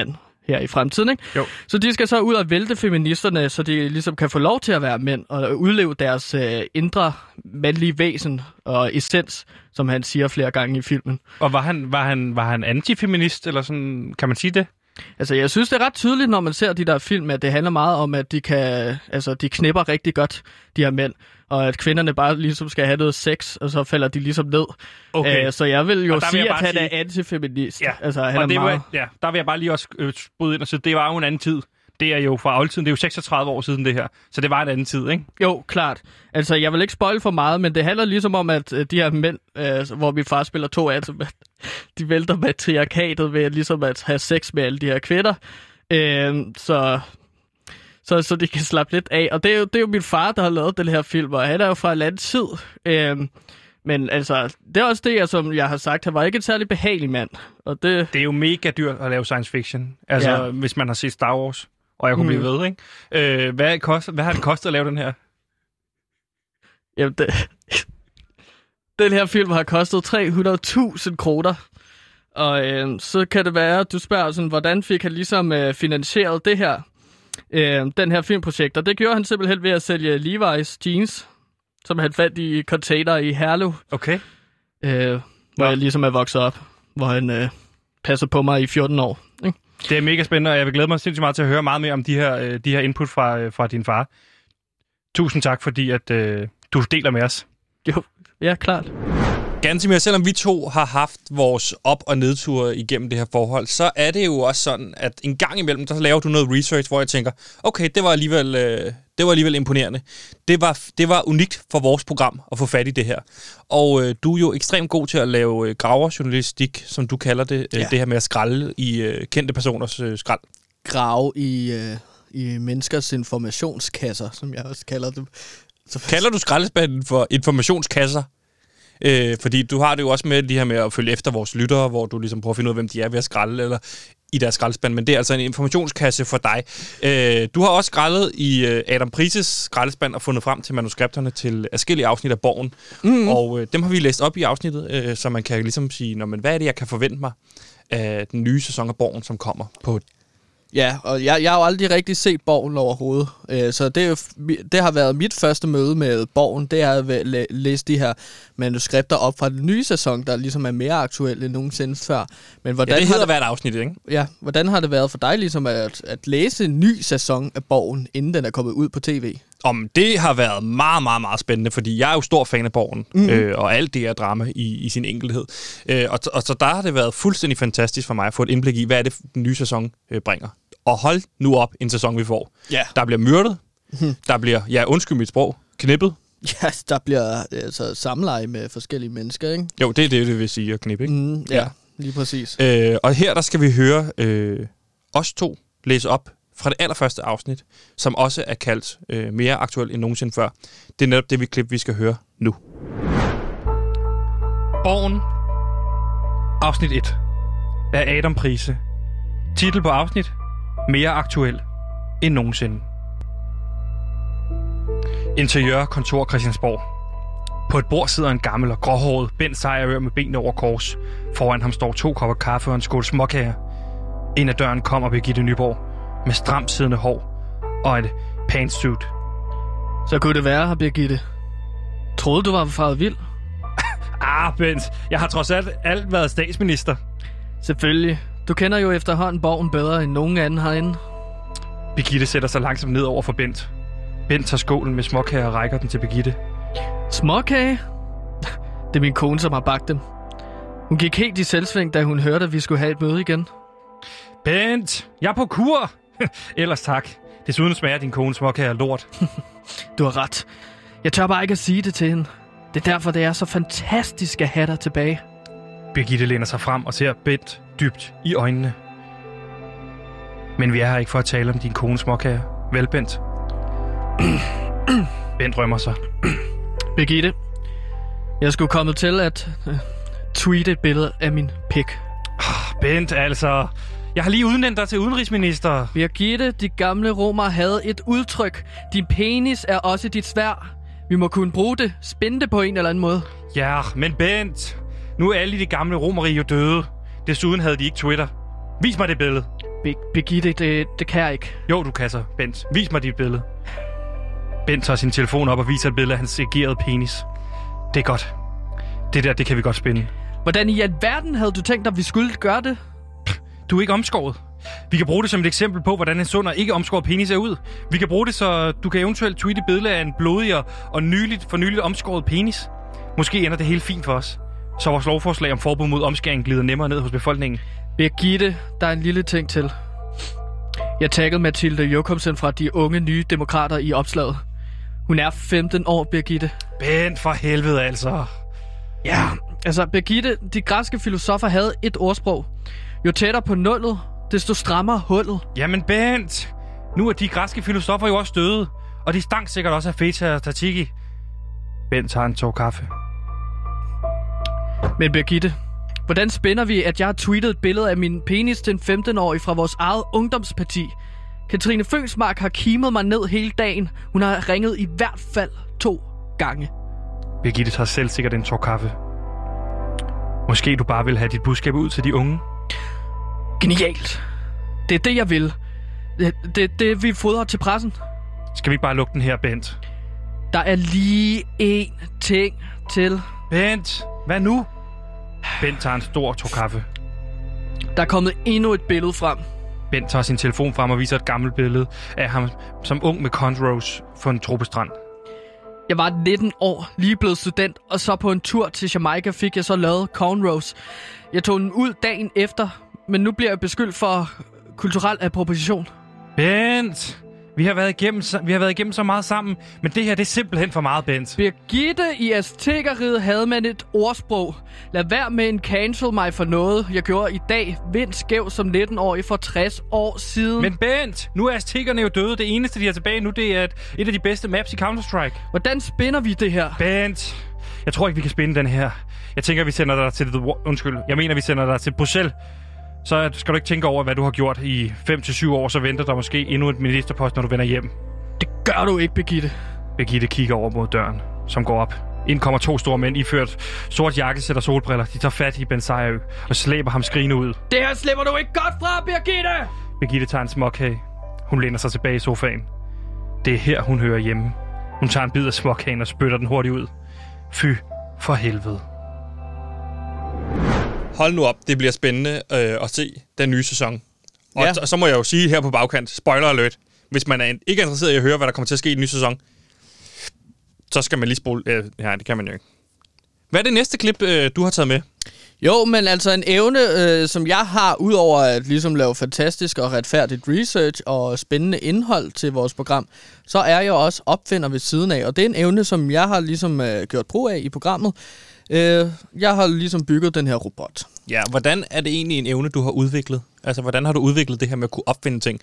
her i fremtiden, ikke? Jo. Så de skal så ud og vælte feministerne, så de ligesom kan få lov til at være mænd og udleve deres øh, indre mandlige væsen og essens, som han siger flere gange i filmen. Og var han, var han, var han antifeminist, eller sådan, kan man sige det? Altså, jeg synes, det er ret tydeligt, når man ser de der film, at det handler meget om, at de kan, altså, de knipper rigtig godt, de her mænd, og at kvinderne bare ligesom skal have noget sex, og så falder de ligesom ned. Okay. Æ, så jeg vil jo sige, jeg at han sige... er antifeminist. Ja. Altså, han og er det meget... var, ja, der vil jeg bare lige også øh, bryde ind og sige, det var jo en anden tid. Det er jo fra oldtiden, det er jo seksogtredive år siden det her, så det var en anden tid, ikke? Jo, klart. Altså, jeg vil ikke spoil for meget, men det handler ligesom om, at øh, de her mænd, øh, hvor vi far spiller to af, de vælter matriarkatet ved ligesom at have sex med alle de her kvinder. Øh, så, så, så de kan slappe lidt af. Og det er, jo, det er jo min far, der har lavet den her film, og han er jo fra en anden tid. Øh, men altså, det er også det, som jeg har sagt, han var ikke en særlig behagelig mand. Og det... det er jo mega dyrt at lave science fiction, altså ja. Hvis man har set Star Wars, og jeg kunne mm. blive ved, ikke? Øh, hvad, kost, hvad har det kostet at lave den her? Jamen, det... den her film har kostet tre hundrede tusind kroner. Og øh, så kan det være, at du spørger sådan, hvordan fik han ligesom øh, finansieret det her, øh, den her filmprojekt. Og det gjorde han simpelthen ved at sælge Levi's jeans, som han fandt i container i Herlev. Okay. Øh, hvor ja. jeg ligesom er vokset op, hvor han øh, passer på mig i fjorten år. Ikke? Det er mega spændende, og jeg vil glæde mig sindssygt meget til at høre meget mere om de her, øh, de her input fra, øh, fra din far. Tusind tak, fordi at, øh, du deler med os. Jo, ja, klart. Gansimir, selvom vi to har haft vores op- og nedture igennem det her forhold, så er det jo også sådan, at en gang imellem, der laver du noget research, hvor jeg tænker, okay, det var alligevel, øh, det var alligevel imponerende. Det var, det var unikt for vores program at få fat i det her. Og øh, du er jo ekstremt god til at lave øh, graverjournalistik, som du kalder det, øh, ja. Det her med at skralde i øh, kendte personers øh, skrald. Grave i, øh, i menneskers informationskasser, som jeg også kalder dem. Så... Kalder du skraldespanden for informationskasser? Øh, fordi du har det jo også med de her med at følge efter vores lyttere, hvor du ligesom prøver at finde ud af, hvem de er ved at skralde, eller i deres skraldespand, men det er altså en informationskasse for dig. Øh, du har også skraldet i øh, Adam Prices skraldespand og fundet frem til manuskripterne til forskellige afsnit af Borgen, mm-hmm. og øh, dem har vi læst op i afsnittet, øh, så man kan ligesom sige, Nå, men hvad er det, jeg kan forvente mig af den nye sæson af Borgen, som kommer på... Ja, og jeg, jeg har jo aldrig rigtig set Borgen overhovedet, øh, så det, er jo, det har været mit første møde med Borgen, det er at læ- læse de her manuskripter op fra den nye sæson, der ligesom er mere aktuelle end nogensinde før. Men hvordan ja, det hedder har hvert afsnit, ikke? Ja, hvordan har det været for dig ligesom at, at læse en ny sæson af Borgen, inden den er kommet ud på tv? Om det har været meget, meget, meget spændende, fordi jeg er jo stor fan af Borgen, mm-hmm. øh, og alt det her drama i, i sin enkelhed. Øh, og, og så der har det været fuldstændig fantastisk for mig at få et indblik i, hvad er det, den nye sæson øh, bringer. Og hold nu op, en sæson vi får. Ja. Der bliver myrdet, mm-hmm. der bliver, ja, undskyld mit sprog, knippet. Ja, der bliver altså samleje med forskellige mennesker, ikke? Jo, det er det, det vil sige at knippe, ikke? Mm, ja, ja, lige præcis. Øh, og her, der skal vi høre øh, os to læse op fra det allerførste afsnit, som også er kaldt øh, mere aktuelt end nogensinde før. Det er netop det vi klip, vi skal høre nu. Borgen, afsnit et, af Adam Price. Titel på afsnit, mere aktuel end nogensinde. Interiør, kontor Christiansborg. På et bord sidder en gammel og gråhåret Bent Sejerør med benene over kors. Foran ham står to kopper kaffe og en skål småkager. Ind ad døren kommer Birgitte Nyborg med stramt siddende hår og et pantsuit. Så kunne det være, Birgitte. Troede du var faret vild? ah, Bent. Jeg har trods alt, alt været statsminister. Selvfølgelig. Du kender jo efterhånden Borgen bedre end nogen anden herinde. Birgitte sætter sig langsomt ned over for Bent. Bent tager skålen med småkager og rækker den til Birgitte. Småkage? Det er min kone, som har bagt dem. Hun gik helt i selvsving, da hun hørte, at vi skulle have et møde igen. Bent, jeg er på kur. Ellers tak. Desuden smager din kone småkager lort. Du har ret. Jeg tør bare ikke at sige det til hende. Det er derfor, det er så fantastisk at have dig tilbage. Birgitte læner sig frem og ser Bent dybt i øjnene. Men vi er her ikke for at tale om din kones småkager. Vel, Bent? Bent rømmer sig. Birgitte, jeg skulle komme til at uh, tweete et billede af min pik. Oh, Bent, altså... Jeg har lige udnævnt dig til udenrigsminister. Birgitte, de gamle romer havde et udtryk. Din penis er også dit sværd. Vi må kunne bruge det, spænde det på en eller anden måde. Ja, men Bent... Nu er alle de gamle romerige jo døde. Desuden havde de ikke Twitter. Vis mig det billede. Be- Birgitte, det, det kan jeg ikke. Jo, du kan så, Bent. Vis mig dit billede. Bent tager sin telefon op og viser et billede af hans ergerede penis. Det er godt. Det der, det kan vi godt spænde. Hvordan i alverden havde du tænkt, at vi skulle gøre det? Du er ikke omskåret. Vi kan bruge det som et eksempel på, hvordan en sund og ikke omskåret penis ser ud. Vi kan bruge det, så du kan eventuelt tweete et billede af en blodig og nyligt, for nyligt omskåret penis. Måske ender det helt fint for os. Så vores lovforslag om forbud mod omskæring glider nemmere ned hos befolkningen. Birgitte, der er en lille ting til. Jeg taggede Mathilde Jokumsen fra de unge nye demokrater i opslaget. Hun er femten år, Birgitte. Bent, for helvede altså. Ja, altså Birgitte, de græske filosofer havde et ordsprog. Jo tættere på nullet, desto strammere hullet. Jamen Bent, nu er de græske filosofer jo også døde. Og de stank sikkert også af feta og tatiki. Bent tager en tår kaffe. Men Birgitte, hvordan spænder vi, at jeg har tweetet et billede af min penis til en femten-årig fra vores eget ungdomsparti? Katrine Fønsmark har kimet mig ned hele dagen. Hun har ringet i hvert fald to gange. Birgitte tager selv sikkert en tår kaffe. Måske du bare vil have dit budskab ud til de unge? Genialt. Det er det, jeg vil. Det er det, det, vi fodrer til pressen. Skal vi ikke bare lukke den her, Bent? Der er lige én ting til. Bent, hvad nu? Bent tager en stor tår kaffe. Der er kommet endnu et billede frem. Bent tager sin telefon frem og viser et gammelt billede af ham som ung med cornrows for en tropestrand. Jeg var nitten år, lige blevet student, og så på en tur til Jamaica fik jeg så lavet cornrows. Jeg tog den ud dagen efter, men nu bliver jeg beskyldt for kulturel appropriation. Bent, vi har været igennem, vi har været igennem så meget sammen, men det her, det er simpelthen for meget, Bent. Birgitte, i Aztekeriget havde man et ordsprog. Lad være med en cancel mig for noget, jeg gjorde i dag. Vind skæv som nitten-årig for tres år siden. Men Bent, nu er aztekerne jo døde. Det eneste, de har tilbage nu, det er et, et af de bedste maps i Counter-Strike. Hvordan spinder vi det her? Bent, jeg tror ikke, vi kan spinde den her. Jeg tænker, vi sender dig til... Undskyld, jeg mener, vi sender dig til Bruxelles. Så skal du ikke tænke over, hvad du har gjort i fem til syv år, så venter der måske endnu et ministerpost, når du vender hjem. Det gør du ikke, Birgitte. Birgitte kigger over mod døren, som går op. Ind kommer to store mænd iført sort jakkesæt og solbriller. De tager fat i Ben Sayø og slæber ham skrigende ud. Det her slipper du ikke godt fra, Birgitte! Birgitte tager en småkage. Hun læner sig tilbage i sofaen. Det er her, hun hører hjemme. Hun tager en bid af småkagen og spytter den hurtigt ud. Fy for helvede. Hold nu op, det bliver spændende øh, at se den nye sæson. Og, ja. t- og så må jeg jo sige her på bagkant, spoiler alert, hvis man er ikke er interesseret i at høre, hvad der kommer til at ske i den nye sæson, så skal man lige spole... Øh, ja, det kan man jo ikke. Hvad er det næste klip, øh, du har taget med? Jo, men altså en evne, øh, som jeg har, udover at ligesom lave fantastisk og retfærdigt research og spændende indhold til vores program, så er jeg også opfinder ved siden af. Og det er en evne, som jeg har ligesom øh, gjort brug af i programmet. Øh, jeg har ligesom bygget den her robot. Ja, hvordan er det egentlig en evne, du har udviklet? Altså, hvordan har du udviklet det her med at kunne opfinde ting?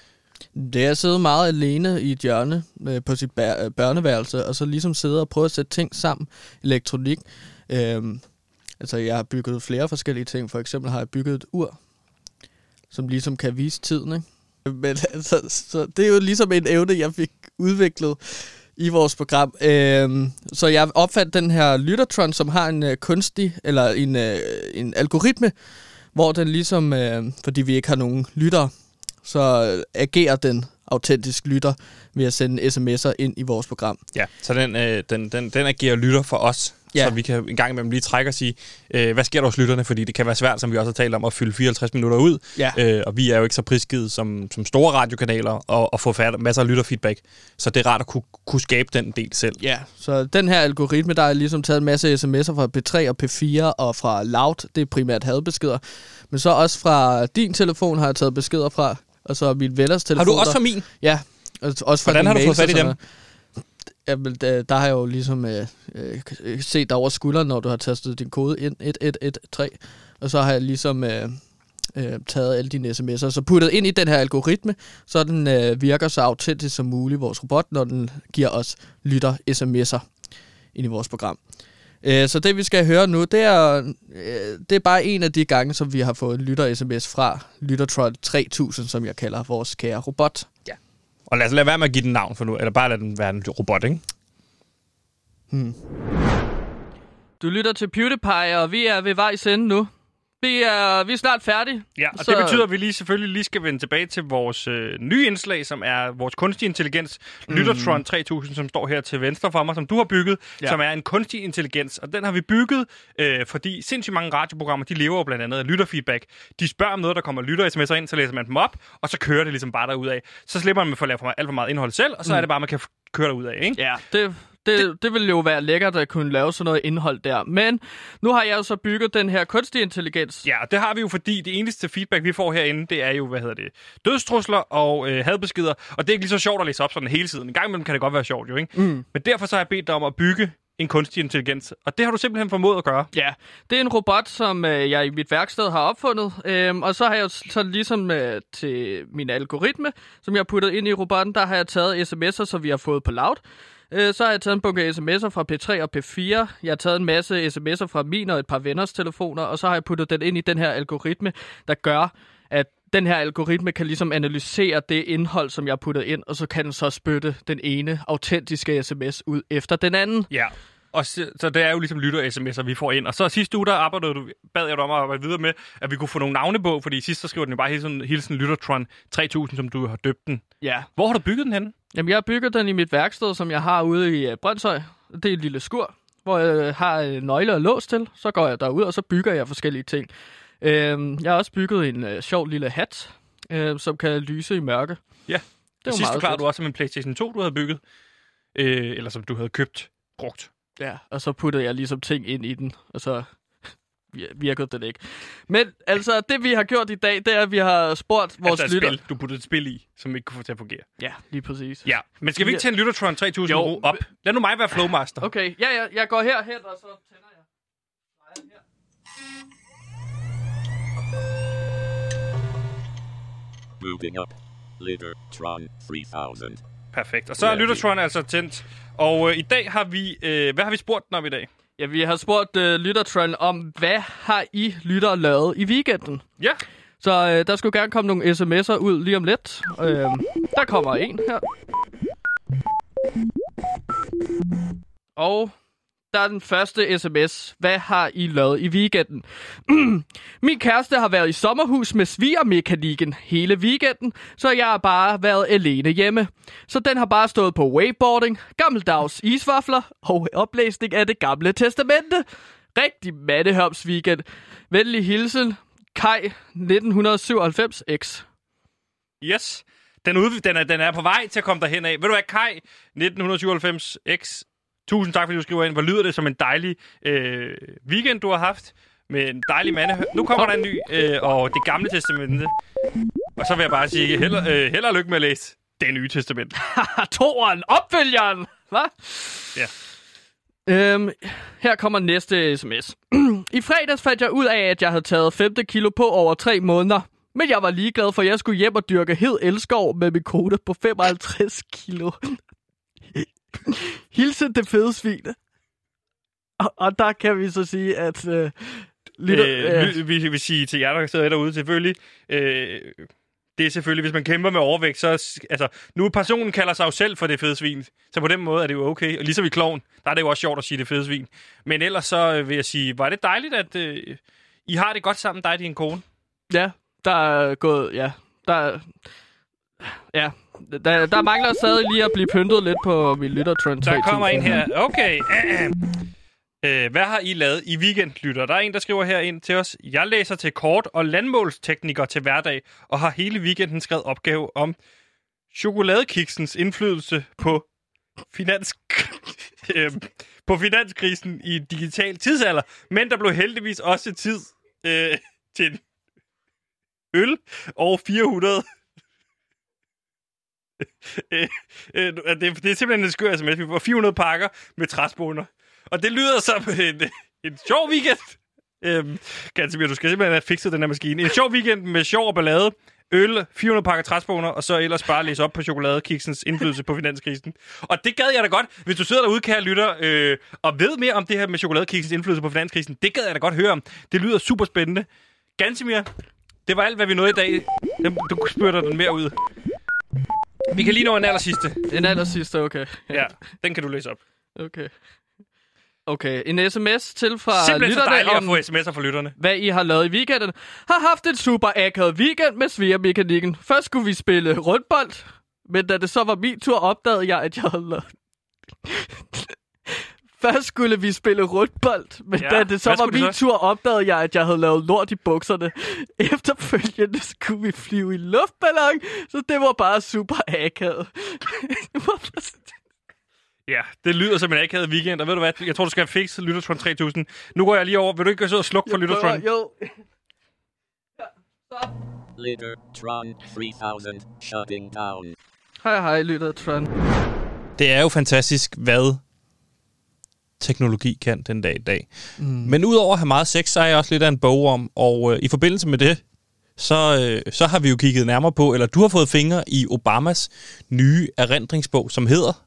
Det er at sidde meget alene i et hjørne øh, på sit bær- børneværelse, og så ligesom sidde og prøve at sætte ting sammen. Elektronik. Øh, altså, jeg har bygget flere forskellige ting. For eksempel har jeg bygget et ur, som ligesom kan vise tiden, ikke? Men altså, så det er jo ligesom en evne, jeg fik udviklet i vores program. Øhm, så jeg opfandt den her Lyttertron, som har en øh, kunstig, eller en, øh, en algoritme, hvor den ligesom, øh, fordi vi ikke har nogen lyttere, så øh, agerer den autentisk lytter ved at sende sms'er ind i vores program. Ja, så den, øh, den, den, den agerer lytter for os, ja. Så vi kan en gang imellem lige trække og sige, øh, hvad sker der hos lytterne, fordi det kan være svært, som vi også har talt om, at fylde fireoghalvtreds minutter ud, ja. øh, og vi er jo ikke så prisgivet som, som store radiokanaler, og, og få færd, masser af lytterfeedback, så det er rart at kunne, kunne skabe den del selv. Ja, så den her algoritme, der er ligesom taget en masse sms'er fra P tre og P fire og fra Loud, det er primært hadbeskeder, men så også fra din telefon har jeg taget beskeder fra, og så min venners telefon. Har du også fra min? Ja, også fra hvordan har du fået fat i dem? Jamen, der, der har jeg jo ligesom øh, øh, set dig over skulderen, når du har tastet din kode ind, et et et tre, og så har jeg ligesom øh, øh, taget alle dine sms'er, og så puttet ind i den her algoritme, så den øh, virker så autentisk som muligt, vores robot, når den giver os lytter sms'er ind i vores program. Øh, så det, vi skal høre nu, det er, øh, det er bare en af de gange, som vi har fået lytter-sms fra Lyttertron tre tusind, som jeg kalder vores kære robot. Ja. Og lad os lade være med at give den navn for nu, eller bare lade den være en robot, ikke? Hmm. Du lytter til PewDiePie, og vi er ved vejs ende nu. Vi er, vi er snart færdige. Ja, og så... det betyder, at vi lige selvfølgelig lige skal vende tilbage til vores øh, nye indslag, som er vores kunstig intelligens, mm. Lyttertron tre tusind, som står her til venstre for mig, som du har bygget, ja. Som er en kunstig intelligens. Og den har vi bygget, øh, fordi sindssygt mange radioprogrammer, de lever jo blandt andet af lytterfeedback. De spørger om noget, der kommer lytter-sms'er ind, så læser man dem op, og så kører det ligesom bare derudad. Så slipper man for at lave for alt for meget indhold selv, og så mm. er det bare, man kan køre derudad, ikke? Ja, det... Det, det ville jo være lækkert at kunne lave sådan noget indhold der. Men nu har jeg jo så bygget den her kunstig intelligens. Ja, og det har vi jo, fordi det eneste feedback, vi får herinde, det er jo, hvad hedder det, dødstrusler og øh, hadbeskeder. Og det er ikke lige så sjovt at læse op sådan hele tiden. En gang imellem kan det godt være sjovt, jo, ikke? Mm. Men derfor så har jeg bedt dig om at bygge en kunstig intelligens. Og det har du simpelthen formået at gøre. Ja, det er en robot, som øh, jeg i mit værksted har opfundet. Øhm, og så har jeg så ligesom øh, til min algoritme, som jeg har puttet ind i robotten, der har jeg taget sms'er, som vi har fået på Loud. Så har jeg taget en bunke sms'er fra P tre og P fire. Jeg har taget en masse sms'er fra min og et par venners telefoner, og så har jeg puttet den ind i den her algoritme, der gør, at den her algoritme kan ligesom analysere det indhold, som jeg har puttet ind, og så kan den så spytte den ene autentiske sms ud efter den anden. Ja, og så, så det er jo ligesom lytter-sms'er, vi får ind. Og så sidste uge, der arbejdede du, bad jeg dig om at arbejde videre med, at vi kunne få nogle navne på, fordi sidst så skriver den jo bare hilsen, hilsen Lyttertron tre tusind, som du har døbt den. Ja. Hvor har du bygget den henne? Jamen, jeg har bygget den i mit værksted, som jeg har ude i uh, Brøndshøj. Det er et lille skur, hvor jeg uh, har uh, nøgler og lås til. Så går jeg derud, og så bygger jeg forskellige ting. Uh, jeg har også bygget en uh, sjov lille hat, uh, som kan lyse i mørke. Ja, det og sidst forklarede du også om en PlayStation to, du havde bygget. Uh, eller som du havde købt brugt. Ja, og så puttede jeg ligesom ting ind i den, og så virkede den ikke. Men altså, det vi har gjort i dag, det er, at vi har spurgt vores altså lytter... Spil. Du puttede et spil i, som ikke kunne få til at fungere. Ja, lige præcis. Ja, men skal vi ikke tage en Lyttertron tre tusind jo, op? Lad nu mig være Flowmaster. Okay, ja, ja, jeg går herhen, og så tænder jeg. Her. Moving up. Lyttertron tre tusind. Perfekt. Og så er Lyttertron altså tændt. Og øh, i dag har vi... Øh, hvad har vi spurgt den om i dag? Ja, vi har spurgt øh, Lyttertron om, hvad har I lytter lavet i weekenden? Ja. Så øh, der skulle gerne komme nogle sms'er ud lige om lidt. Øh, der kommer en her. Og der er den første sms. Hvad har I lavet i weekenden? Min kæreste har været i sommerhus med svigermekanikken hele weekenden, så jeg har bare været alene hjemme. Så den har bare stået på wakeboarding, gammeldags isvafler og oplæsning af det gamle testamente. Rigtig mandehørs weekend. Venlig hilsen, Kai nitten syvoghalvfems X. Yes. Den, udv- den, er, den er på vej til at komme derhen af. Ved du hvad, Kai nitten syvoghalvfems X. Tusind tak, fordi du skriver ind. Hvor lyder det som en dejlig øh, weekend, du har haft. Med en dejlig mande. Nu kommer der en ny, øh, og det gamle testamente. Og så vil jeg bare sige, held, øh, held og lykke med at læse det nye testament. Toren, opfølgeren! Hvad? Ja. Øhm, her kommer næste sms. I fredags fandt jeg ud af, at jeg havde taget femten kilo på over tre måneder. Men jeg var ligeglad, for jeg skulle hjem og dyrke hed elskov med min kone på femoghalvtreds kilo. Hilsen det fede svin. Og, og der kan vi så sige, at... Øh, lidt, øh, øh, vi vil sige til jer, der sidder derude, selvfølgelig... Øh, det er selvfølgelig, hvis man kæmper med overvægt, så... Altså, nu personen kalder sig jo selv for det fede svin. Så på den måde er det jo okay. Og ligesom i Klovn, der er det jo også sjovt at sige det fede svin. Men ellers så vil jeg sige, var det dejligt, at øh, I har det godt sammen, dig og din kone? Ja, der er gået... Ja, der Ja, der, der mangler stadig lige at blive pyntet lidt på min Lyttertron tre tusind. Der kommer en her. Okay. Øh, hvad har I lavet i weekendlytter? Der er en, der skriver her ind til os. Jeg læser til kort- og landmålstekniker til hverdag, og har hele weekenden skrevet opgave om chokoladekiksens indflydelse på finans... øh, på finanskrisen i digital tidsalder. Men der blev heldigvis også tid øh, til en øl og fire hundrede... øh, øh, det, det er simpelthen en skør sms. Vi får fire hundrede pakker med træsboner. Og det lyder som en, en sjov weekend. Øhm, Gansimir, du skal simpelthen have fikset den her maskine. En sjov weekend med sjov og ballade, øl, fire hundrede pakker træsboner, og så ellers bare læse op på chokoladekiksens indflydelse på finanskrisen. Og det gad jeg da godt. Hvis du sidder derude, kære lytter, øh, og ved mere om det her med chokoladekiksens indflydelse på finanskrisen, det gad jeg da godt høre om. Det lyder super spændende. Gansimir, det var alt, hvad vi nåede i dag. Du spurgte den mere ud. Vi kan lige nå en aller sidste. En aller sidste, okay. Ja, den kan du læse op. Okay. Okay, en sms til fra Simpelthen så lytterne dejligt om, at få sms'er fra lytterne. hvad I har lavet i weekenden. Har haft et super akavet weekend med svigermekanikken. Først skulle vi spille rundbold, men da det så var min tur, opdagede jeg, at jeg havde lavet... Først skulle vi spille rundbold, men Ja, da det så hvad var skulle det min så? tur, opdagede jeg, at jeg havde lavet lort i bukserne. Efterfølgende skulle vi flyve i luftballon, så det var bare super akavet. Ja, det lyder som en akavet weekend, og ved du hvad, jeg tror, du skal have fikset Lyttertron tre tusind. Nu går jeg lige over. Vil du ikke gå og slukke for Lyttertron? Jo. Lyttertron tre tusind shutting down. Hej, hej, Lyttertron. Det er jo fantastisk, hvad teknologi kan den dag i dag. Mm. Men udover at have meget sex, så er jeg også lidt af en bog om, og øh, i forbindelse med det, så, øh, så har vi jo kigget nærmere på, eller du har fået fingre i Obamas nye erindringsbog, som hedder...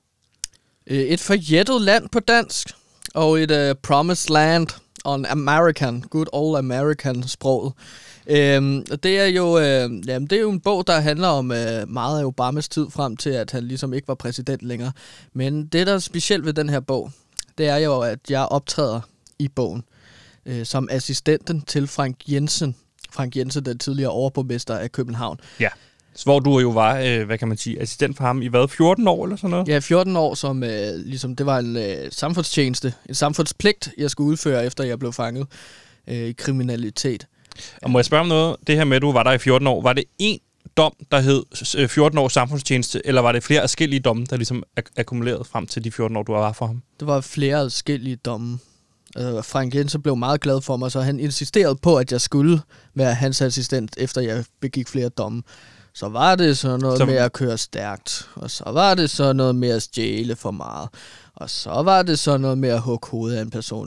Et forjættet land på dansk, og et uh, promised land on American, good old American sproget. Øhm, det er jo øh, jamen, det er jo en bog, der handler om øh, meget af Obamas tid frem til, at han ligesom ikke var præsident længere. Men det, der er specielt ved den her bog, det er jo, at jeg optræder i bogen øh, som assistenten til Frank Jensen. Frank Jensen, den tidligere overborgmester af København. Ja, hvor du jo var, øh, hvad kan man sige, assistent for ham i hvad, fjorten år eller sådan noget? Ja, fjorten år, som øh, ligesom, det var en øh, samfundstjeneste, en samfundspligt, jeg skulle udføre, efter jeg blev fanget øh, i kriminalitet. Og må jeg spørge om noget? Det her med, at du var der i fjorten år, var det en dom, der hed fjorten års samfundstjeneste, eller var det flere forskellige domme, der ligesom ak- akkumulerede frem til de fjorten år, du var for ham? Det var flere forskellige domme. Uh, Frank Jensen blev meget glad for mig, så han insisterede på, at jeg skulle være hans assistent, efter jeg begik flere domme. Så var det så noget så... med at køre stærkt, og så var det så noget med at stjæle for meget, og så var det så noget med at hugge hovedet af en person,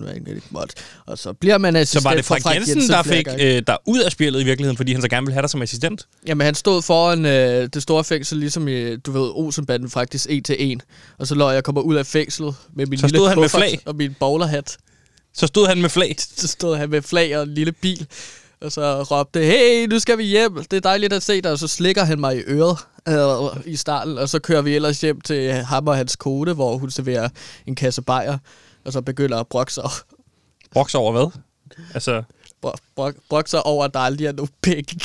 og så bliver man assistent. Så var det for Frank, Frank Jensen, Jensen, der fik øh, der ud af spillet i virkeligheden, fordi han så gerne ville have dig som assistent? Jamen, han stod foran øh, det store fængsel, ligesom i, du ved, Olsenbanden faktisk en til en, og så når jeg kommer ud af fængslet med min så lille han med kuffert flag. og min bowlerhat. Så stod han med flag? Så stod han med flag og en lille bil. Og så råbte, hey, nu skal vi hjem. Det er dejligt at se dig. Og så slikker han mig i øret øh, i starten. Og så kører vi ellers hjem til ham og hans kone, hvor hun serverer en kasse bajer. Og så begynder at brokke sig. Brokke sig over hvad? Altså... Brok, brok, brok sig over, at der aldrig er nogen penge.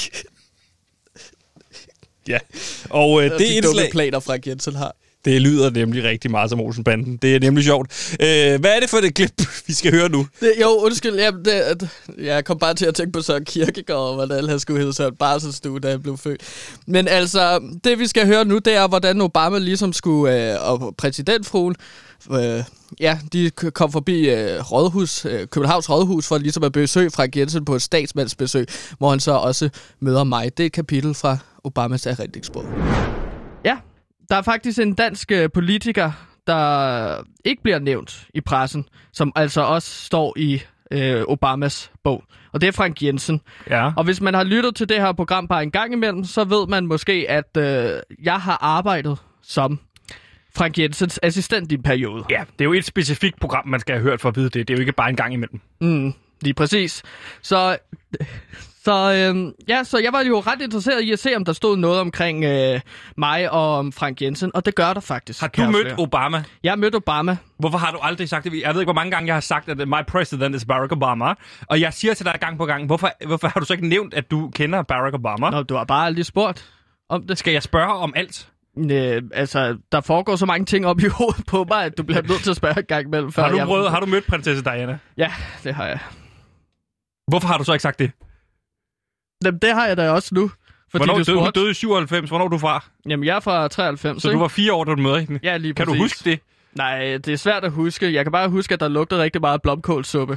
Ja. Og øh, det de indslag... dumme planer, Frank Jensen har. Det lyder nemlig rigtig meget som Olsenbanden. Det er nemlig sjovt. Øh, hvad er det for et klip, vi skal høre nu? Det, jo, undskyld. Jamen, det, jeg kom bare til at tænke på Søren Kierkegaard, og hvordan han skulle hedde Søren Barselsstue, da han blev født. Men altså, det vi skal høre nu, det er, hvordan Obama ligesom skulle, øh, og præsidentfruen, øh, ja, de kom forbi øh, Rådhus, øh, Københavns Rådhus, for ligesom at besøge Frank Jensen på et statsmandsbesøg, hvor han så også møder mig. Det er et kapitel fra Obamas erindringsbog. Ja, der er faktisk en dansk øh, politiker, der ikke bliver nævnt i pressen, som altså også står i øh, Obamas bog. Og det er Frank Jensen. Ja. Og hvis man har lyttet til det her program bare en gang imellem, så ved man måske, at øh, jeg har arbejdet som Frank Jensens assistent i en periode. Ja, det er jo et specifikt program, man skal have hørt for at vide det. Det er jo ikke bare en gang imellem. Mm, lige præcis. Så... Så, øh, ja, så jeg var jo ret interesseret i at se, om der stod noget omkring øh, mig og om Frank Jensen, og det gør der faktisk. Har du mødt flere. Obama? Jeg har mødt Obama. Hvorfor har du aldrig sagt det? Jeg ved ikke, hvor mange gange jeg har sagt, at my president is Barack Obama, og jeg siger til dig gang på gang, hvorfor, hvorfor har du så ikke nævnt, at du kender Barack Obama? Nå, du har bare aldrig spurgt om det. Skal jeg spørge om alt? Øh, altså, der foregår så mange ting op i hovedet på mig, at du bliver nødt til at spørge en gang imellem. Har du, jeg... prøvet, har du mødt prinsesse Diana? Ja, det har jeg. Hvorfor har du så ikke sagt det? Jamen, det har jeg da også nu. Fordi Hvornår du døde, spurgte... du døde i syvoghalvfems? Hvornår er du fra? Jamen, jeg er fra treoghalvfems. Så ikke? du var fire år, da du mødte hende? Ja, lige Kan præcis. du huske det? Nej, det er svært at huske. Jeg kan bare huske, at der lugtede rigtig meget blomkålsuppe.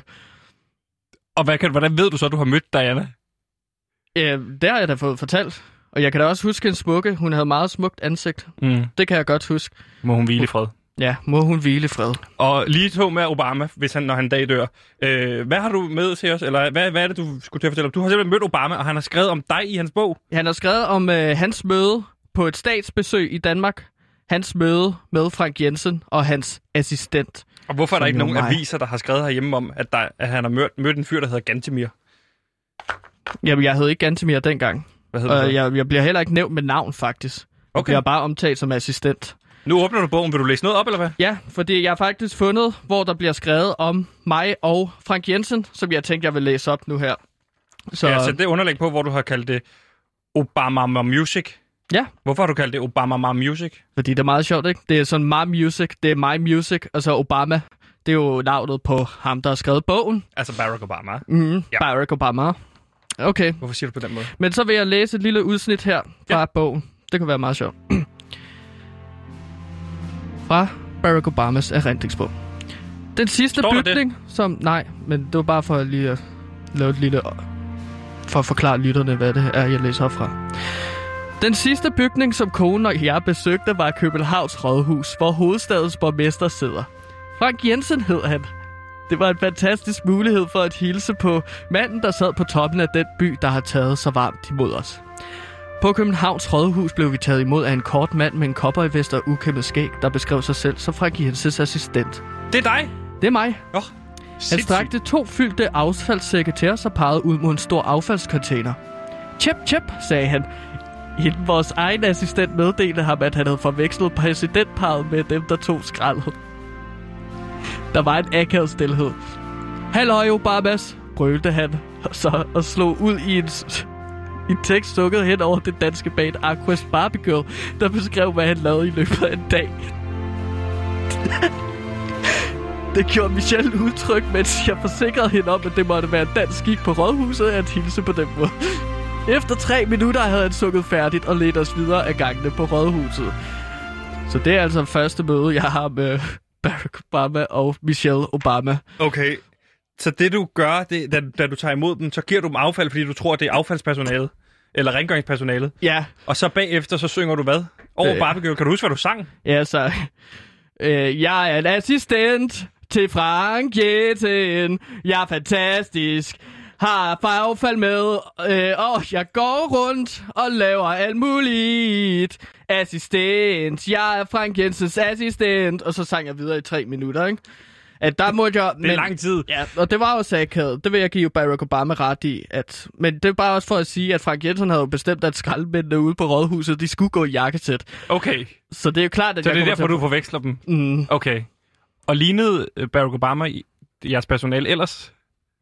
Og hvad kan, hvordan ved du så, at du har mødt Diana? Ja, det har jeg da fået fortalt. Og jeg kan da også huske en smukke. Hun havde meget smukt ansigt. Mm. Det kan jeg godt huske. Må hun hvile i fred. Ja, må hun hvile i fred. Og lige to med Obama, hvis han, når han dag dør. Øh, hvad har du med til os? Eller hvad, hvad er det, du skulle til at fortælle om? Du har simpelthen mødt Obama, og han har skrevet om dig i hans bog. Han har skrevet om øh, hans møde på et statsbesøg i Danmark. Hans møde med Frank Jensen og hans assistent. Og hvorfor er der ikke nogen mig. aviser, der har skrevet herhjemme om, at, der, at han har mødt, mødt en fyr, der hedder Gantemir? Jamen, jeg hed ikke Gantemir dengang. Hvad hedder Og det? jeg, jeg bliver heller ikke nævnt med navn, faktisk. Jeg Okay. bliver bare omtalt som assistent. Nu åbner du bogen. Vil du læse noget op, eller hvad? Ja, fordi jeg har faktisk fundet, hvor der bliver skrevet om mig og Frank Jensen, som jeg tænkte, jeg vil læse op nu her. Så ja, sæt det underlæg på, hvor du har kaldt det Obama Music. Ja. Hvorfor har du kaldt det Obama Music? Fordi det er meget sjovt, ikke? Det er sådan My Music, det er My Music, og så Obama. Det er jo navnet på ham, der har skrevet bogen. Altså Barack Obama. Mm, ja. Barack Obama. Okay. Hvorfor siger du på den måde? Men så vil jeg læse et lille udsnit her fra ja. bogen. Det kan være meget sjovt. Fra Barack Obamas erindringsbog. Den sidste Står bygning, som... Nej, men det var bare for lige at lave et lille... For at forklare lytterne, hvad det er, jeg læser op fra. Den sidste bygning, som konen og jeg besøgte, var Københavns Rådhus, hvor hovedstadens borgmester sidder. Frank Jensen hed han. Det var en fantastisk mulighed for at hilse på manden, der sad på toppen af den by, der har taget så varmt imod os. På Københavns Rådhus blev vi taget imod af en kort mand med en cowboyvest og ukæmmet skæg, der beskrev sig selv som Frank Jensens assistent. Det er dig? Det er mig. Oh, han strakte to fyldte affaldssække til os og pegede ud mod en stor affaldscontainer. Chip, chip, sagde han. Inden vores egen assistent meddelte ham, at han havde forvekslet præsidentparret med dem, der tog skraldet. Der var en akavet stilhed. Halløj, Obamas, brølte han, og så og slog ud i en, en tekst sukket hen over det danske band Aquas Barbie Girl, der beskrev, hvad han lavede i løbet af en dag. Det gjorde Michelle udtryk, mens jeg forsikrede hende om, at det måtte være dansk skik på rådhuset at hilse på den måde. Efter tre minutter havde han sukket færdigt og ledt os videre af gangene på rådhuset. Så det er altså første møde, jeg har med Barack Obama og Michelle Obama. Okay, så det du gør, det, da, da du tager imod dem, så giver du dem affald, fordi du tror, det er affaldspersonalet? Eller rengøringspersonalet? Ja. Og så bagefter, så synger du hvad? Over øh. Barbie Girl. Kan du huske, hvad du sang? Ja, så... Øh, jeg er en assistent til Frank Jensen. Jeg er fantastisk. Har affald med, øh, og jeg går rundt og laver alt muligt. Assistent, jeg er Frank Jensens assistent. Og så sang jeg videre i tre minutter, ikke? At der måtte jeg... det er men, lang tid. Ja, og det var også akavet. Det vil jeg give Barack Obama ret i. At, men det er bare også for at sige, at Frank Jensen havde jo bestemt, at skraldemændene ude på rådhuset, de skulle gå i jakkesæt. Okay. Så det er jo klart, at så jeg det er derfor, til... du forveksler dem? Mm. Okay. Og lignede Barack Obama i jeres personale ellers?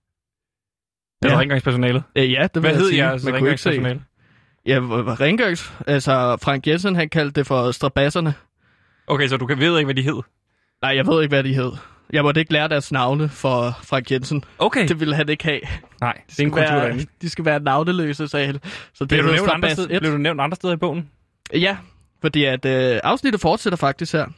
Eller ja. Rengøringspersonalet? Øh, ja, det vil Hvad jeg hed sige. jeres rengøringspersonale? Ja, rengørings... Altså, Frank Jensen, han kaldte det for strabasserne. Okay, så du kan ved ikke, hvad de hed? Nej, jeg ved ikke, hvad de hed. Jeg måtte ikke lære deres navne for Frank Jensen. Okay. Det ville han ikke have. Nej, det er en kultur derinde. De skal være navneløse, sagde han. Så det blev, du nævnt andre steder, blev du nævnt andre steder i bogen? Ja, fordi at øh, afsnittet fortsætter faktisk her.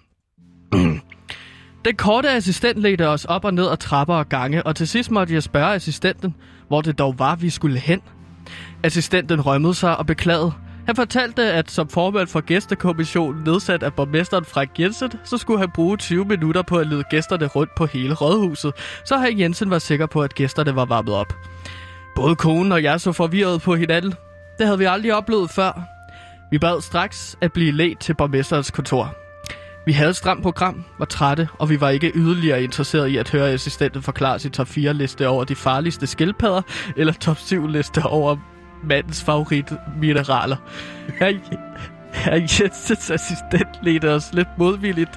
Den korte assistent ledte os op og ned ad trapper og gange, og til sidst måtte jeg spørge assistenten, hvor det dog var, vi skulle hen. Assistenten rømmede sig og beklagede. Han fortalte, at som formand for gæstekommissionen nedsat af borgmesteren Frank Jensen, så skulle han bruge tyve minutter på at lede gæsterne rundt på hele rådhuset, så hr. Jensen var sikker på, at gæsterne var varmet op. Både konen og jeg så forvirret på hinanden. Det havde vi aldrig oplevet før. Vi bad straks at blive ledt til borgmesterens kontor. Vi havde et stramt program, var trætte, og vi var ikke yderligere interesseret i at høre assistenten forklare sin top fire liste over de farligste skildpadder, eller top syv liste over mandens favoritmineraler. Herr, herr Jensens assistent ledte os lidt modvilligt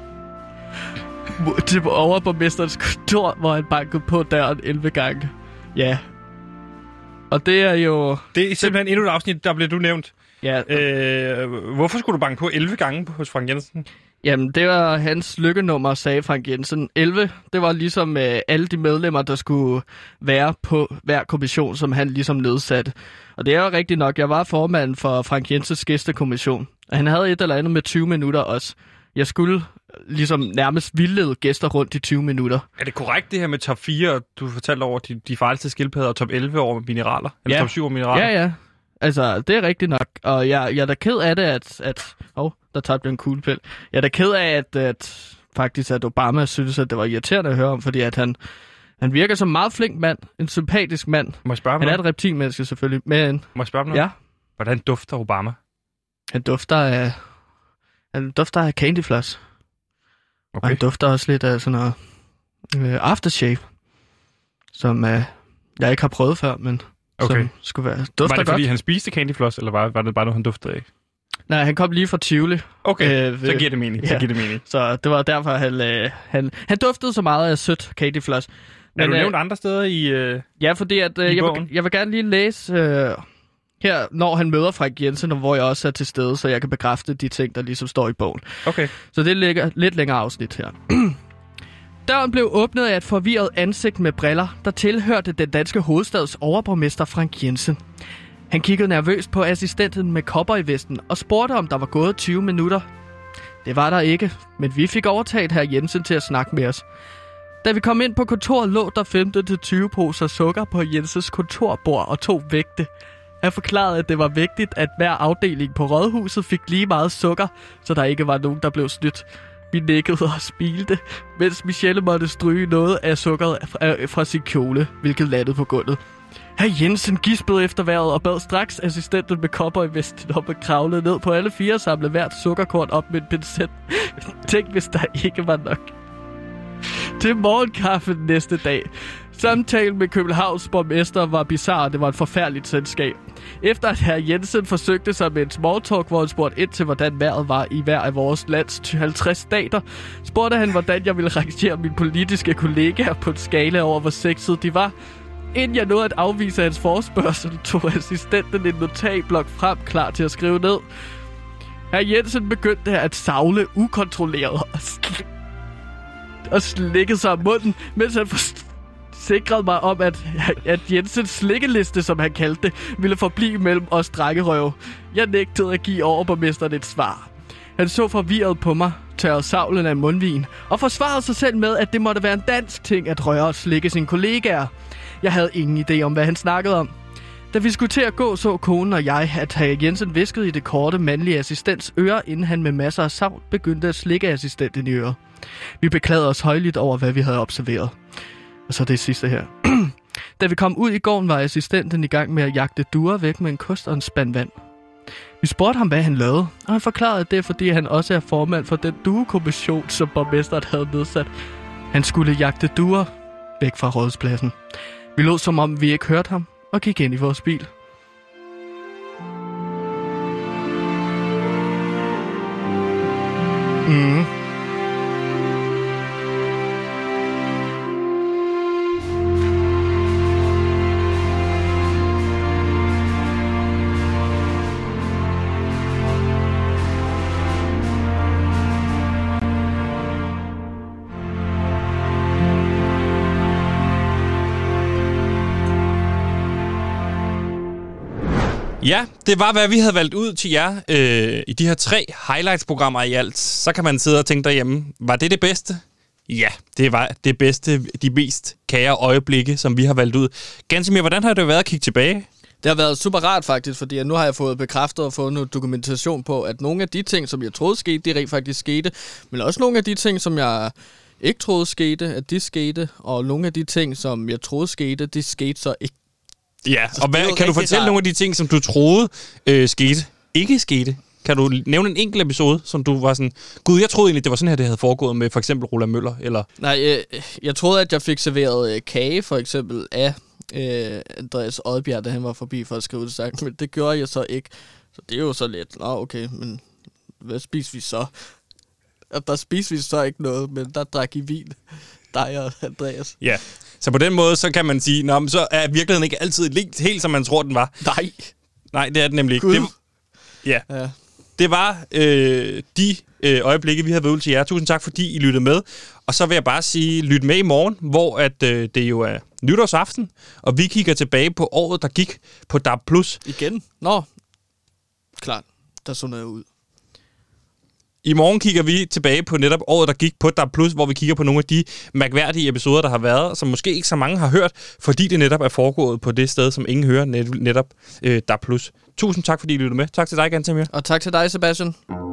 til overborgmesterens kontor, hvor han bankede på døren elleve gange. Ja. Og det er jo... Det er simpelthen endnu et afsnit, der blev du nævnt. Ja. Øh, hvorfor skulle du banke på elleve gange hos Frank Jensen? Jamen, det var hans lykkenummer, sagde Frank Jensen. elleve, det var ligesom øh, alle de medlemmer, der skulle være på hver kommission, som han ligesom nedsatte. Og det er jo rigtigt nok, jeg var formand for Frank Jensens gæstekommission. Og han havde et eller andet med tyve minutter også. Jeg skulle ligesom nærmest vildlede gæster rundt i tyve minutter. Er det korrekt det her med top fire, du fortalte over de, de farligste skildpadder, og top elleve over mineraler? Eller ja. top syv over mineraler? Ja, ja. Altså, det er rigtigt nok. Og jeg, jeg er da ked af det, at... at oh, der tabte en kuglepil. Jeg er da ked af, at, at faktisk at Obama synes, at det var irriterende at høre om, fordi at han, han virker som en meget flink mand. En sympatisk mand. Må jeg spørge han er et reptilmenneske selvfølgelig, men... Må jeg spørge noget? Ja. Hvordan dufter Obama? Han dufter af... Han dufter af candyfloss. Okay. Og han dufter også lidt af sådan noget øh, aftershave, som øh, jeg ikke har prøvet før, men... Okay. Som skulle være... Dufter var det, godt. fordi han spiste candyfloss, eller var, var det bare noget, han duftede af? Nej, han kom lige fra Tivoli. Okay, øh, så giver det mening. Ja. Så giver det mening. Så det var derfor, han, øh, han, han duftede så meget af sødt Katie Floss. Men, er du øh, nævnt andre steder i øh, Ja, fordi at, øh, jeg, vil, jeg vil gerne lige læse øh, her, når han møder Frank Jensen, og hvor jeg også er til stede, så jeg kan bekræfte de ting, der ligesom står i bogen. Okay. Så det ligger lidt længere afsnit her. Døren blev åbnet af et forvirret ansigt med briller, der tilhørte den danske hovedstads overborgmester Frank Jensen. Han kiggede nervøst på assistenten med cowboyvesten og spurgte, om der var gået tyve minutter. Det var der ikke, men vi fik overtaget hr. Jensen til at snakke med os. Da vi kom ind på kontoret, lå der femten til tyve poser sukker på Jensens kontorbord og to vægte. Han forklarede, at det var vigtigt, at hver afdeling på rådhuset fik lige meget sukker, så der ikke var nogen, der blev snydt. Vi nikkede og smilte, mens Michelle måtte stryge noget af sukkeret fra sin kjole, hvilket landede på gulvet. Hr. Jensen gispede efter vejret og bad straks assistenten med cowboyvesten om at kravle ned på alle fire og samle hvert sukkerkorn op med en pincet. Tænk, hvis der ikke var nok. Til morgenkaffen næste dag. Samtalen med Københavns borgmester var bizarre, det var et forfærdeligt selskab. Efter at hr. Jensen forsøgte sig med en small talk, hvor han spurgte ind til, hvordan vejret var i hver af vores lands halvtreds stater, spurgte han, hvordan jeg ville rangere mine politiske kollegaer på en skala over, hvor sexede de var. Inden jeg nåede at afvise hans forespørgsel, tog assistenten en notatblok frem, klar til at skrive ned. Hr. Jensen begyndte at savle ukontrolleret og, sl- og slikkede sig om munden, mens han forsikrede mig om, at, at Jensens slikkeliste, som han kaldte det, ville forblive mellem os drengerøve. Jeg nægtede at give overborgmesteren et svar. Han så forvirret på mig, tørrede savlen af mundvin og forsvarede sig selv med, at det måtte være en dansk ting at røre og slikke sine kollegaer. Jeg havde ingen idé om, hvad han snakkede om. Da vi skulle til at gå, så konen og jeg, at hr. Jensen viskede i det korte mandlige assistents øre, inden han med masser af savl begyndte at slikke assistenten i øret. Vi beklagede os højligt over, hvad vi havde observeret. Og så det sidste her. Da vi kom ud i gården, var assistenten i gang med at jagte duer væk med en kost og en spand vand. Vi spurgte ham, hvad han lavede, og han forklarede, at det er, fordi han også er formand for den duekommission, som borgmesteren havde nedsat. Han skulle jagte duer væk fra rådspladsen. Vi lod som om, vi ikke hørte ham, og gik ind i vores bil. Mm. Ja, det var, hvad vi havde valgt ud til jer øh, i de her tre highlights-programmer i alt. Så kan man sidde og tænke derhjemme, var det det bedste? Ja, det var det bedste, de mest kære øjeblikke, som vi har valgt ud. Gansimir, hvordan har det været at kigge tilbage? Det har været super rart faktisk, fordi nu har jeg fået bekræftet og fået noget dokumentation på, at nogle af de ting, som jeg troede skete, de rent faktisk skete. Men også nogle af de ting, som jeg ikke troede skete, at de skete. Og nogle af de ting, som jeg troede skete, de skete så ikke. Ja, og hvad, kan du fortælle rart. Nogle af de ting, som du troede øh, skete, ikke skete? Kan du nævne en enkelt episode, som du var sådan, gud, jeg troede egentlig, det var sådan her, det havde foregået med for eksempel Roland Møller, eller? Nej, øh, jeg troede, at jeg fik serveret øh, kage, for eksempel, af øh, Andreas Odbjerg, da han var forbi for at skrive det sagt, men det gjorde jeg så ikke. Så det er jo så let. Nå, okay, men hvad spiser vi så? Og der spiser vi så ikke noget, men der drak I vin, dig og Andreas. Ja. Så på den måde, så kan man sige, nå, men så er virkeligheden ikke altid helt, helt, som man tror, den var. Nej. Nej, det er den nemlig ikke. Gud. Det, ja. ja. Det var øh, de øh, øjeblikke, vi havde været ud til jer. Tusind tak, fordi I lyttede med. Og så vil jeg bare sige, lyt med i morgen, hvor at, øh, det jo er nytårsaften, og vi kigger tilbage på året, der gik på D A B plus. Igen? Nå, klart. Der så noget ud. I morgen kigger vi tilbage på netop året, der gik på D A B plus, hvor vi kigger på nogle af de mærkværdige episoder, der har været, som måske ikke så mange har hørt, fordi det netop er foregået på det sted, som ingen hører, netop øh, D A B plus. Tusind tak, fordi I lyttede med. Tak til dig, Gansimir. Og tak til dig, Sebastian.